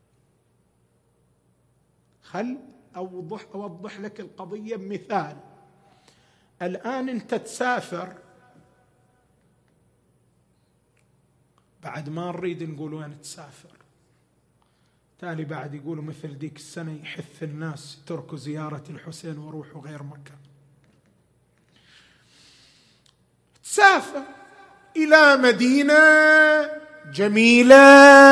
خل أوضح, أوضح لك القضية بمثال. الآن أنت تسافر، بعد ما نريد نقول وين تسافر، تالي بعد يقولوا مثل ديك السنة يحث الناس تركوا زيارة الحسين وروحوا غير مكان. تسافر إلى مدينة جميلة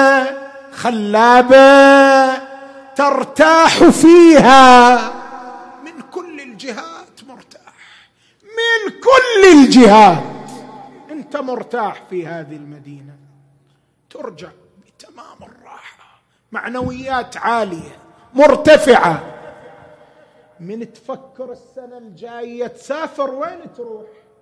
خلابة ترتاح فيها من كل الجهات، مرتاح من كل الجهات، أنت مرتاح في هذه المدينة، ترجع بتمام الراحة، معنويات عالية مرتفعة. من تفكر السنة الجاية تسافر، وين تروح؟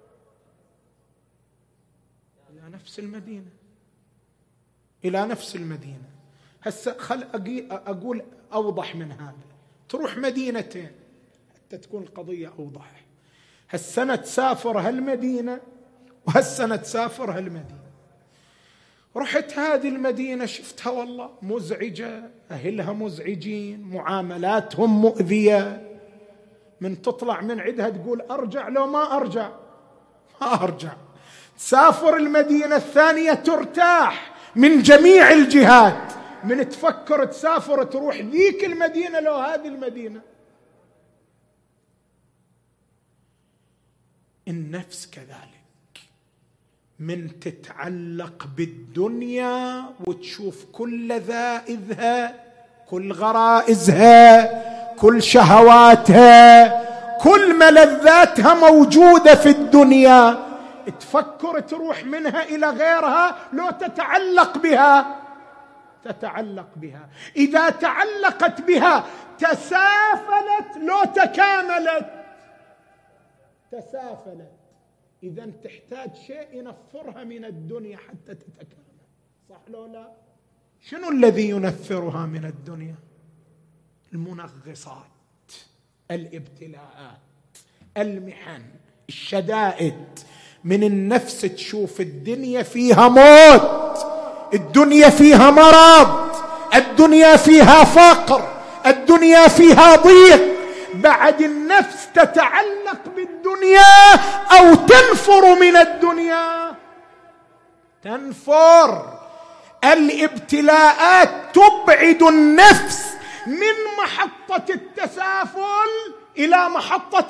إلى نفس المدينة، إلى نفس المدينة. هسه خل أقول أوضح من هذا، تروح مدينتين حتى تكون القضية أوضح. هالسنة تسافر هالمدينة وهالسنة تسافر هالمدينة. رحت هذه المدينة شفتها والله مزعجة، أهلها مزعجين، معاملاتهم مؤذية، من تطلع من عندها تقول أرجع لو ما أرجع ما أرجع. تسافر المدينة الثانية ترتاح من جميع الجهات، من تفكر تسافر تروح ذيك المدينة لو هذه المدينة. النفس كذلك، من تتعلق بالدنيا وتشوف كل لذائذها، كل غرائزها، كل شهواتها، كل ملذاتها موجودة في الدنيا، تفكر تروح منها إلى غيرها لو تتعلق بها تتعلق بها. إذا تعلقت بها تسافلت، لو تكاملت تسافلت. إذن تحتاج شيء ينفرها من الدنيا حتى تتكامل، صح لو لا؟ شنو الذي ينفرها من الدنيا؟ المنغصات، الابتلاءات، المحن، الشدائد. من النفس تشوف الدنيا فيها موت، الدنيا فيها مرض، الدنيا فيها فقر، الدنيا فيها ضيق. بعد النفس تتعلق بالدنيا أو تنفر من الدنيا، تنفر. الابتلاءات تبعد النفس من محطة التسافل إلى محطة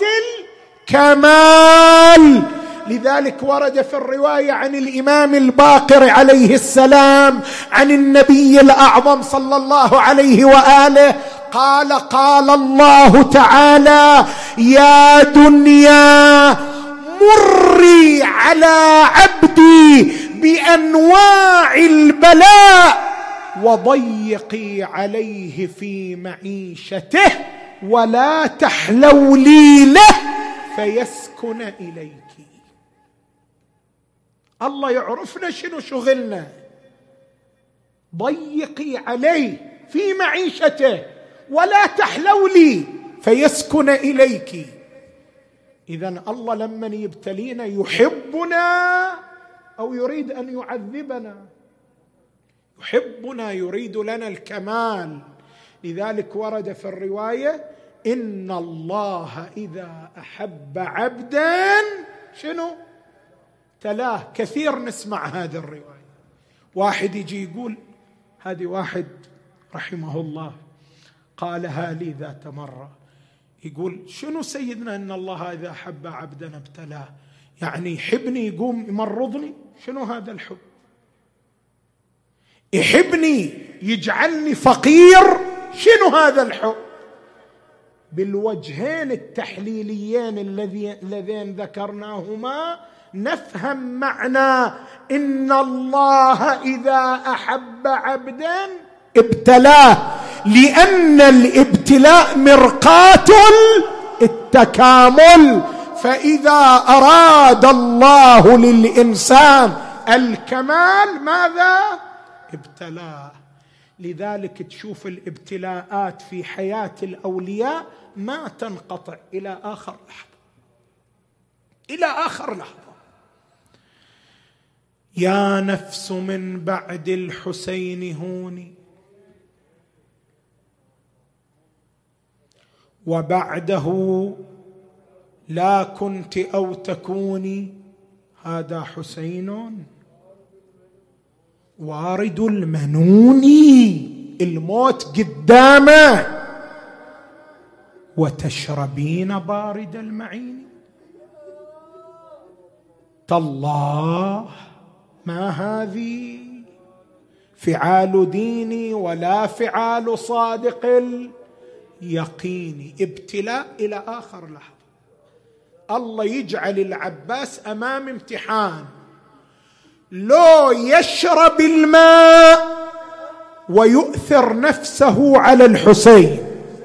الكمال. لذلك ورد في الرواية عن الإمام الباقر عليه السلام عن النبي الأعظم صلى الله عليه وآله قال: قال الله تعالى: يا دنيا مري على عبدي بأنواع البلاء وضيقي عليه في معيشته ولا تحلولي له فيسكن إليك. الله يعرفنا شنو شغلنا. ضيقي عليه في معيشته ولا تحلولي فيسكن إليك. إذن الله لمن يبتلينا يحبنا أو يريد أن يعذبنا؟ يحبنا يريد لنا الكمال. لذلك ورد في الرواية: إن الله إذا أحب عبدا شنو؟ تلاه. كثير نسمع هذه الرواية. واحد يجي يقول، هذه واحد رحمه الله قالها لي ذات مرة، يقول: شنو سيدنا إن الله إذا أحب عبدا ابتلاه؟ يعني يحبني يقوم يمرضني؟ شنو هذا الحب؟ يحبني يجعلني فقير؟ شنو هذا الحب؟ بالوجهين التحليليين اللذين ذكرناهما نفهم معنى إن الله إذا أحب عبدا ابتلاه، لأن الابتلاء مرقاة التكامل. فإذا أراد الله للإنسان الكمال ماذا؟ ابتلاه. لذلك تشوف الابتلاءات في حياة الأولياء ما تنقطع إلى آخر لحظة، إلى آخر لحظة. يا نفس من بعد الحسين هوني، وبعده لا كنت أو تكوني. هذا حسين وارد المنون، الموت قدامه، وتشربين بارد المعين. تالله ما هذه فعال ديني ولا فعال صادق اليقين. ابتلاء إلى آخر لحظة. الله يجعل العباس أمام امتحان، لو يشرب الماء ويؤثر نفسه على الحسين،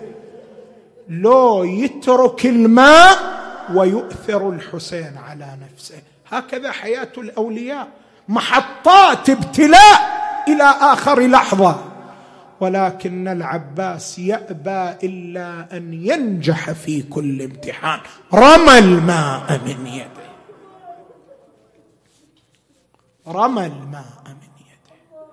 لو يترك الماء ويؤثر الحسين على نفسه. هكذا حياة الأولياء، محطات ابتلاء إلى آخر لحظة. ولكن العباس يأبى إلا أن ينجح في كل امتحان. رمى الماء من يده، رمى الماء من يده.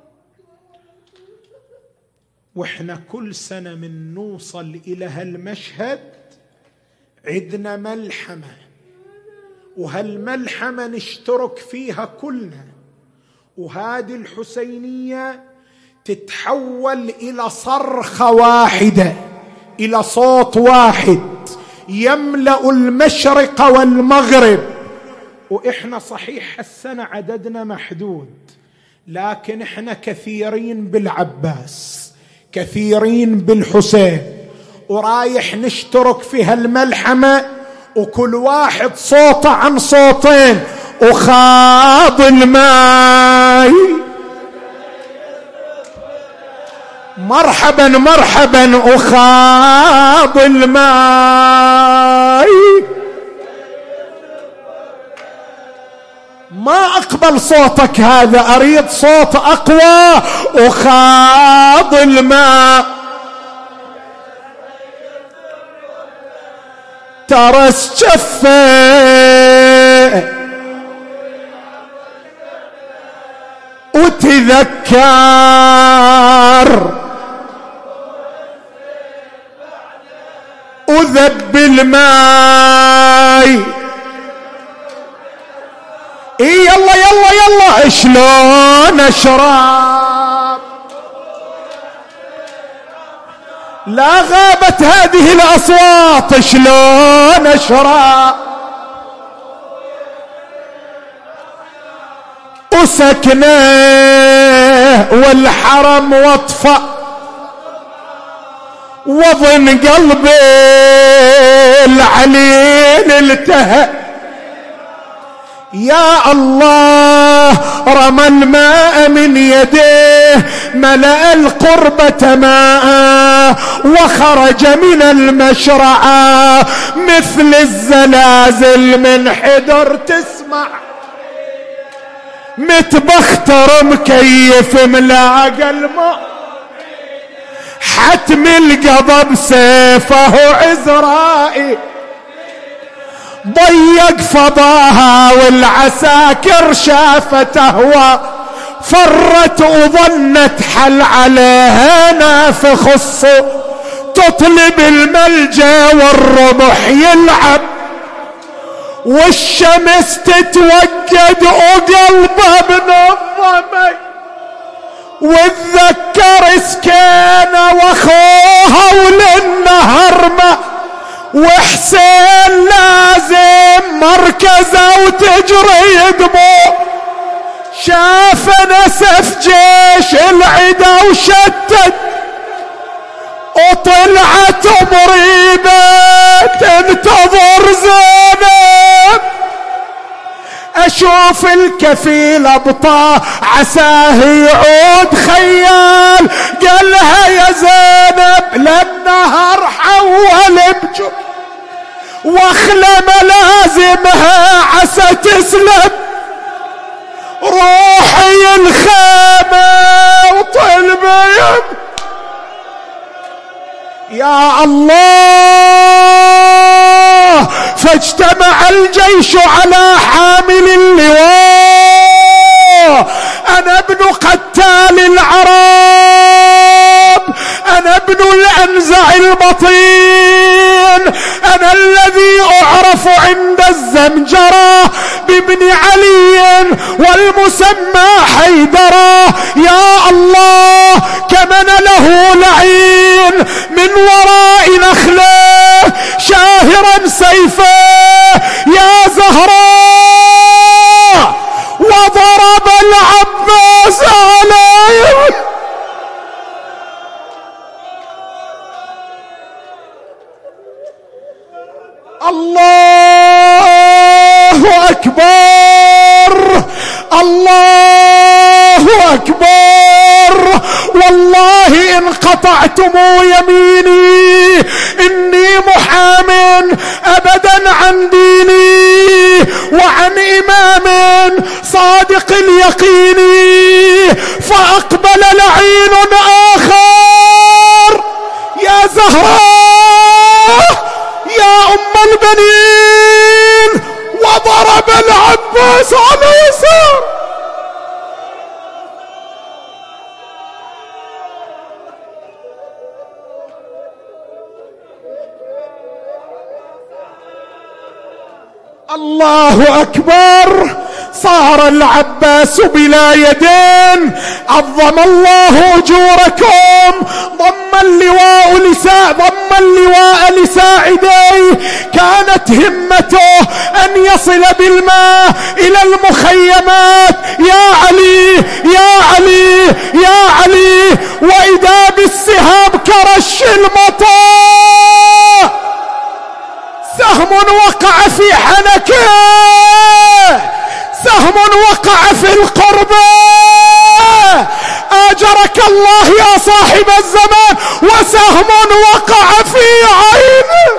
وإحنا كل سنة من نوصل إلى هالمشهد عندنا ملحمة، وهالملحمة نشترك فيها كلنا. وهذه الحسينية تتحول إلى صرخة واحدة، إلى صوت واحد يملأ المشرق والمغرب. وإحنا صحيح السنة عددنا محدود، لكن إحنا كثيرين بالعباس، كثيرين بالحسين، ورايح نشترك في هالملحمة، وكل واحد صوته عن صوتين. وخاض الماء مرحبا مرحبا، أخاض الماء. ما أقبل صوتك هذا، أريد صوت أقوى. أخاض الماء ترس شفه وتذكر وذب الماي. اي يلا يلا يلا، شلون اشرب؟ لا غابت هذه الاصوات، شلون اشرب؟ وسكنه والحرم واطفأ، وظن قلبي العليل التهى. يا الله رمى الماء من يديه، ملأ القربة ماء، وخرج من المشرعة مثل الزلازل من حدر تسمع. متبختر مكيف ملاقى الماء، حتم القضب سيفه عزرائي. ضيق فضاها والعساكر شافته، فرت وظنت حل عليها نافخ الصوت، تطلب الملجأ والرمح يلعب، والشمس تتوجد وقلبها من الظمي، وتذكر سكينة واخوها وللنهر ما، وحسين لازم مركزه وتجري دموع، شاف نسف جيش العدا وشتت، وطلعت مريبة تنتظر زينب، اشوف الكفيل ابطاه عساه يعود خيال، قالها يا زينب للنهر حول بجو، واخلى ملازمها عسى تسلم، روحي الخيمة وطلبي يا الله. فاجتمع الجيش على حامل اللواء، انا ابن قتال العرب، انا ابن الانزع المطين، انا الذي اعرف عند الزمجرة بابن علي والمسمى حيدرة. يا الله كمن له لعين من وراء نخله شاهرا سيفه يا زهراء، وضرب العباس عليه. الله أكبر الله أكبر. والله إن قطعتم يميني إني محام أبدا عن ديني وعن إمام صادق اليقين. فأقبل لعين آخر يا زهراء يا أم البنين، وضرب العباس على يسار. الله أكبر. صار العباس بلا يدين، عظم الله أجوركم. ضم اللواء لسا ضم اللواء لساعديه. كانت همته أن يصل بالماء إلى المخيمات. يا علي يا علي يا علي، وإذا بالسهام كرش المطاء، سهم وقع في حنكه، سهم وقع في القربة. آجرك الله يا صاحب الزمان، وسهم وقع في عينه.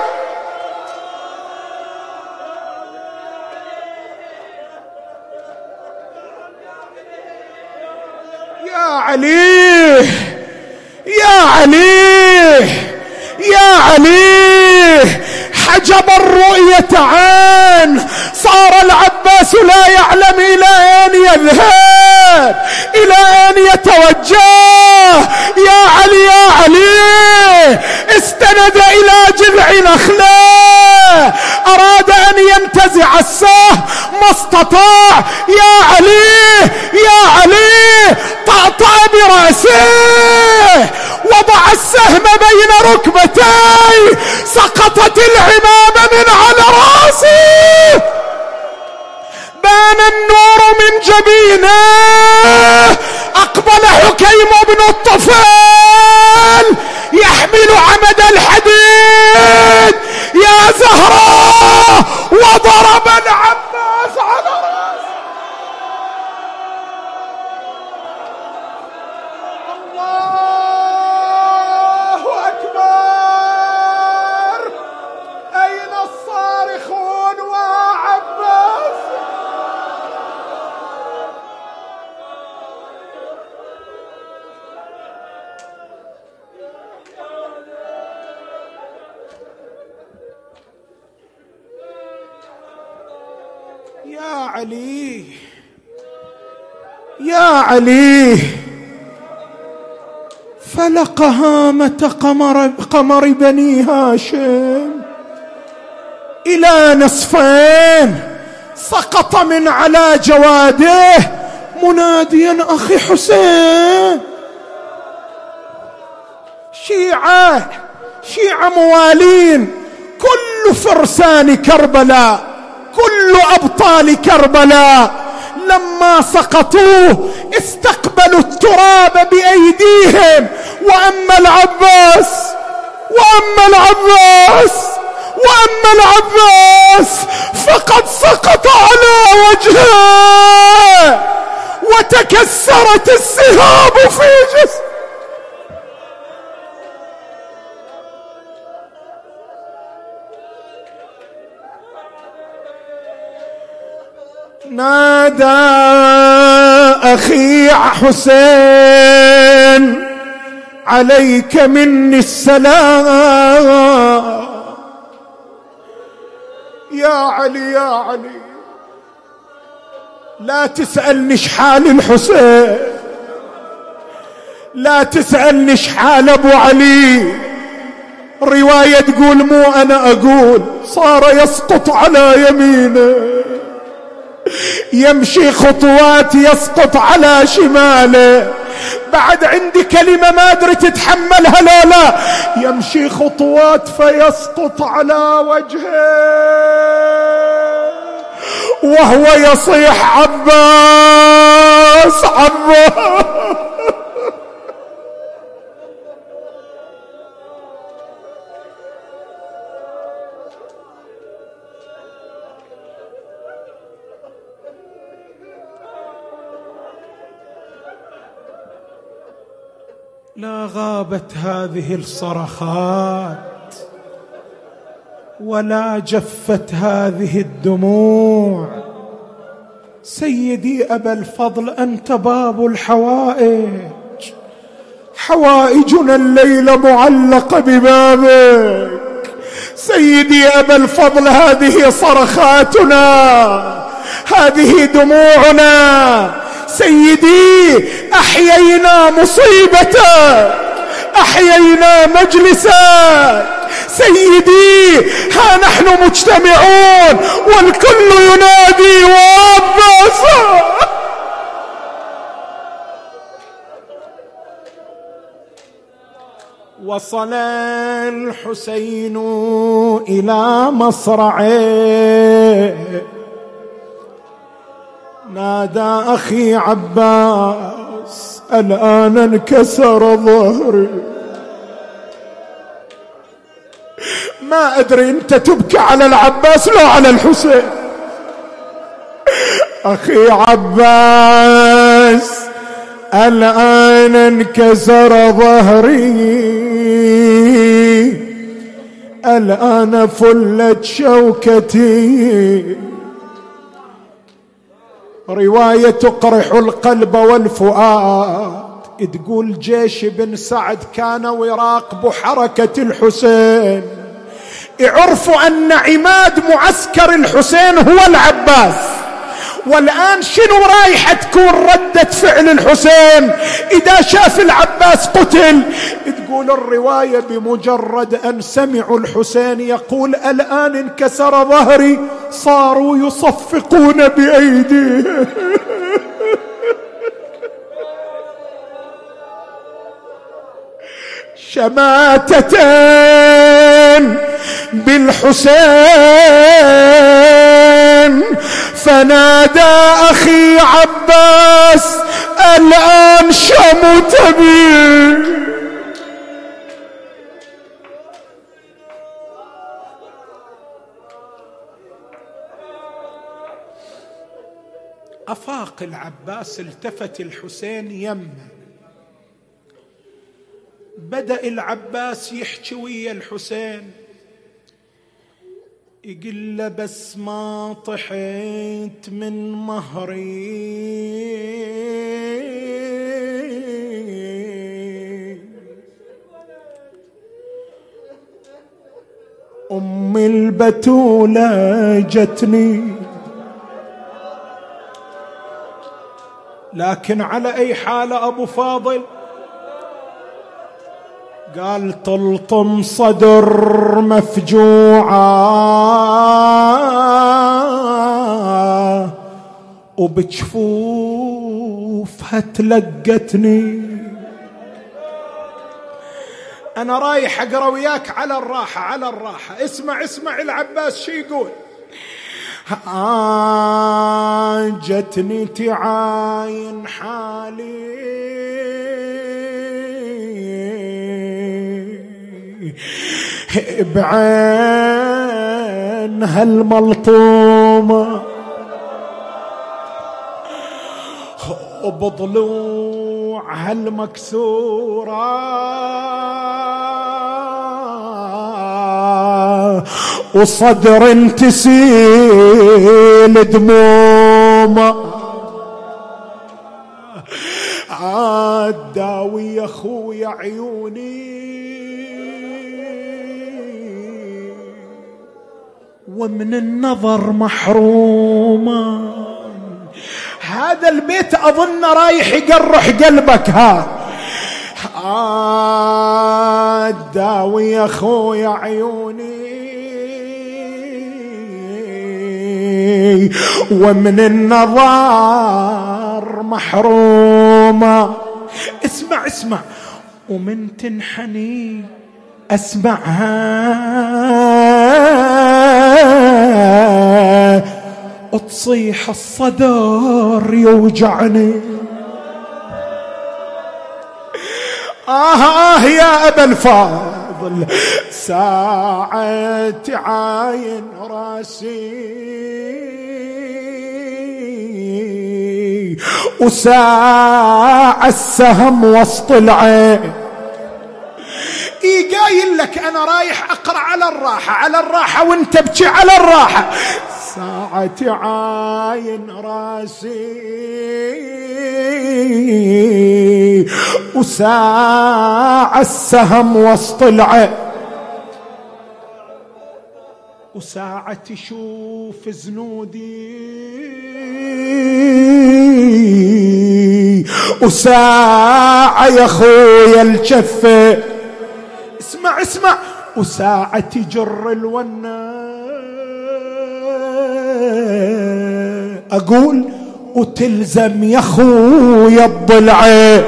يا علي يا علي يا علي، حجب الرؤية عن. صار العباس لا يعلم إلى أين يذهب، إلى أين يتوجه. يا علي يا علي، استند إلى جذع نخلة، أراد أن ينتزع السهم ما استطاع. يا علي يا علي، طأطأ برأسه، وضع السهم بين ركبتيه، سقطت العمامة من على رأسه، بان النور من جبينه. أقبل حكيم بن الطفيل يحمل عمد الحديد يا زهراء، وضرب العباس على رأسه. الله أكبر. أين الصارخون وعباس؟ يا علي يا علي فلق هامة قمر, قمر بني هاشم إلى نصفين، سقط من على جواده مناديا أخي حسين. شيعة شيعة موالين، كل فرسان كربلاء، كل أبطال كربلاء لما سقطوه استقبلوا التراب بأيديهم. وأما العباس وأما العباس وأما العباس فقد سقط على وجهه وتكسرت السهام في جسمه. نادى أخي حسين عليك مني السلام. يا علي يا علي لا تسألني شحال الحسين، لا تسألني شحال أبو علي. رواية تقول مو أنا أقول، صار يسقط على يمينه، يمشي خطوات يسقط على شماله. بعد عندي كلمة ما أدري تتحملها لا لا، يمشي خطوات فيسقط على وجهه وهو يصيح عباس عباس. لا غابت هذه الصرخات ولا جفت هذه الدموع. سيدي أبا الفضل أنت باب الحوائج، حوائجنا الليلة معلقة ببابك. سيدي أبا الفضل هذه صرخاتنا، هذه دموعنا. سيدي أحيينا مصيبتك، أحيينا مجلسك. سيدي ها نحن مجتمعون والكل ينادي وعباس. وصل الحسين إلى مصرعه، نادى أخي عباس الآن انكسر ظهري. ما أدري أنت تبكي على العباس لو على الحسين. أخي عباس الآن انكسر ظهري، الآن فلت شوكتي. رواية تقرح القلب والفؤاد تقول جيش بن سعد كانوا يراقبوا حركة الحسين، يعرفوا أن عماد معسكر الحسين هو العباس. والآن شنو رايحة تكون ردة فعل الحسين إذا شاف العباس قتل؟ تقول الرواية بمجرد أن سمعوا الحسين يقول الآن انكسر ظهري صاروا يصفقون بأيديهم. شماتتين بالحسين فنادى أخي عباس الآن شمت بي. أفاق العباس، التفت الحسين يمه. بدأ العباس يحكي ويا الحسين يقول له بس ما طحيت من مهري أم البتولة جتني لكن على أي حالة أبو فاضل قال تلطم صدر مفجوعة وبجفوفها تلقتني. أنا رايح أقرأ وياك على الراحة على الراحة. اسمع اسمع العباس شي يقول. آه جتني تعاين حالي بعين هالملطومة وبضلوع هالمكسورة وصدر تسيل دمومه. عداوي يا خويا عيوني ومن النظر محرومة. هذا البيت أظن رايح يقرح قلبك. ها عداوي يا خويا عيوني ومن النظر محرومة. اسمع اسمع ومن تنحني أسمعها تصيح الصدر يوجعني. آه آه يا أبا الفاضل ساعة عاين راسي وساعة السهم وسط العين. إيه قايل لك أنا رايح أقرأ على الراحة على الراحة وانت بكي على الراحة. ساعة عاين راسي وساعة السهم وسط العين وساعة تشوف زنودي وساعة يا خويا الجفة. اسمع اسمع وساعة تجر الونة أقول وتلزم يا خويا الضلعين.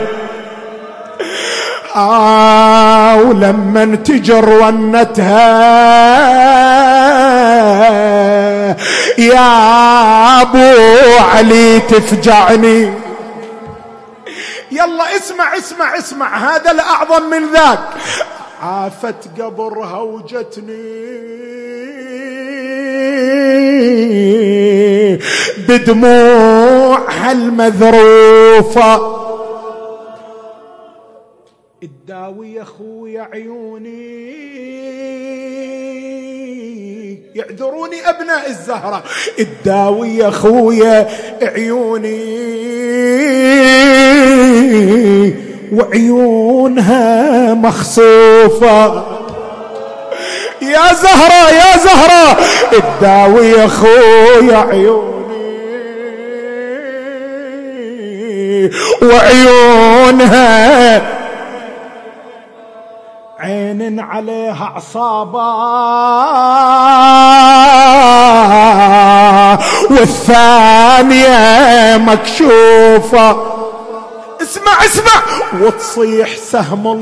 آه ولما تجر ونتها يا أبو علي تفجعني. يلا اسمع اسمع اسمع هذا الأعظم من ذاك. عافت قبرها وجتني بدموعها المذروفة. الداوي يا خويا عيوني يعذروني أبناء الزهرة. الداوي يا خويا عيوني وعيونها مخصوفة. يا زهرة يا زهرة الداوي يا خويا عيوني وعيونها عين عليها عصابة والثانية مكشوفة. اسمع اسمع وتصيح سهم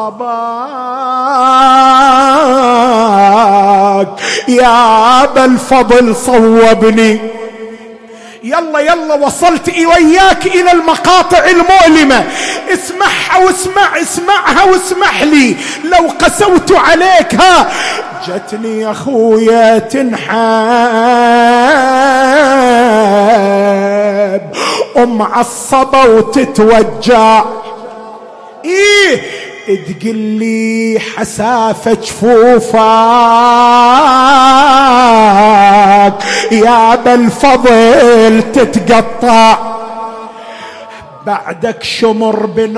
الصابك يا أبا الفضل صوبني. يلا يلا وصلت وياك إلى المقاطع المؤلمة. اسمعها واسمع اسمعها واسمح لي لو قسوت عليك. ها جتني يا خويا تنحاب ومعصبة وتتوجع. ايه تقول لي حسافة جفوفك يا ابا الفضل تتقطع. بعدك شمر بن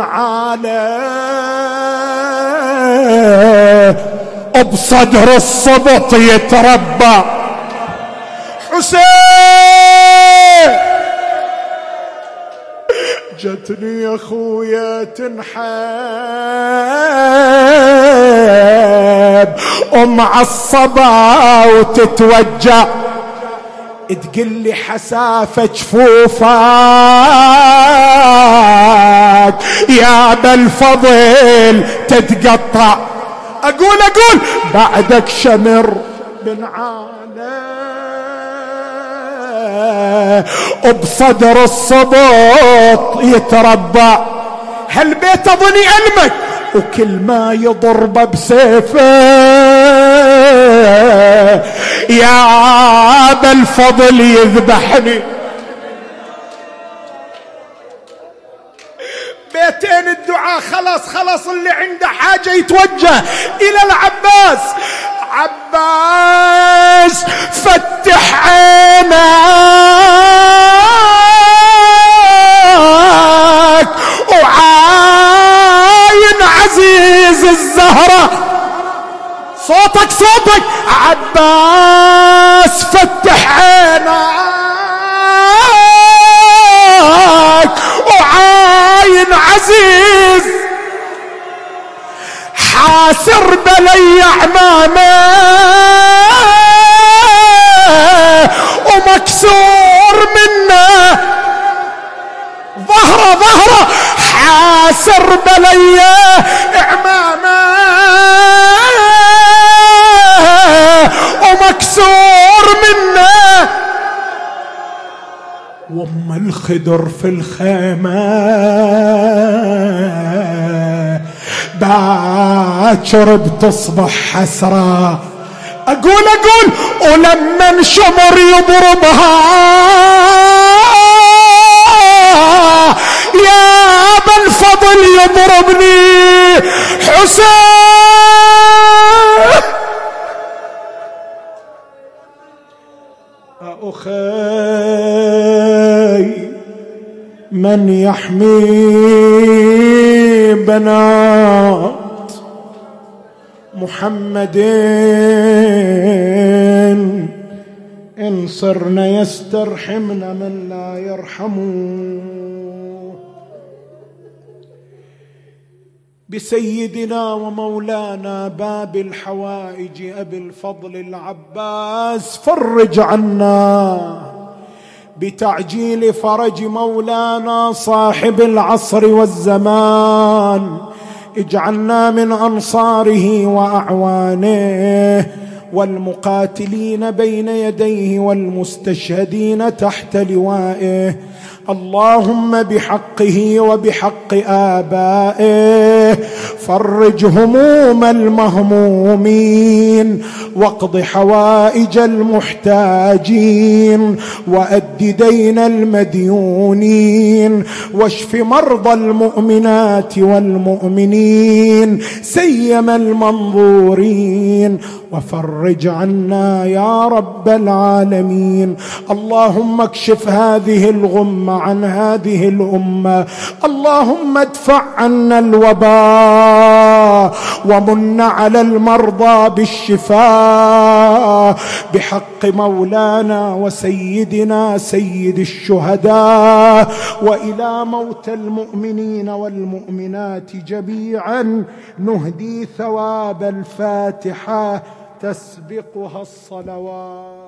عالة بصدر الصبط يتربى. حسين جتني يا خويا تنحب ومعصبة وتتوجع تقل لي حسافة جفوفك يا بالفضل تتقطع. أقول أقول بعدك شمر بن عالة وبصدر الصبط يتربع هالبيت أظني ألمك وكل ما يضرب بسيفه يا بالفضل يذبحني. بيتين الدعاء خلاص خلاص اللي عنده حاجة يتوجه إلى العباس. عباس فتح عينك وعاين عزيز الزهرة. صوتك صوتك عباس فتح عينك وعاين عزيز حاسر بلي عمامه ومكسور منه ظهره ظهره حاسر بلي عمامه ومكسور منه. وام الخدر في الخيمة باكر بتصبح حسرة. اقول اقول ولما شمر يضربها يا بالفضل يضربني حسين. أخي من يحمي بنات محمد إن صرنا يسترحمنا من لا يرحمه. بسيدنا ومولانا باب الحوائج أبي الفضل العباس فرج عنا بتعجيل فرج مولانا صاحب العصر والزمان. اجعلنا من أنصاره وأعوانه والمقاتلين بين يديه والمستشهدين تحت لوائه. اللهم بحقه وبحق آبائه فرج هموم المهمومين واقض حوائج المحتاجين وأد دين المديونين واشف مرضى المؤمنات والمؤمنين سيما المنظورين وفرج عنا يا رب العالمين. اللهم اكشف هذه الغمة عن هذه الأمة. اللهم ادفع عنا الوباء ومن على المرضى بالشفاء بحق مولانا وسيدنا سيد الشهداء. وإلى موتى المؤمنين والمؤمنات جميعا نهدي ثواب الفاتحة تسبقها الصلوات.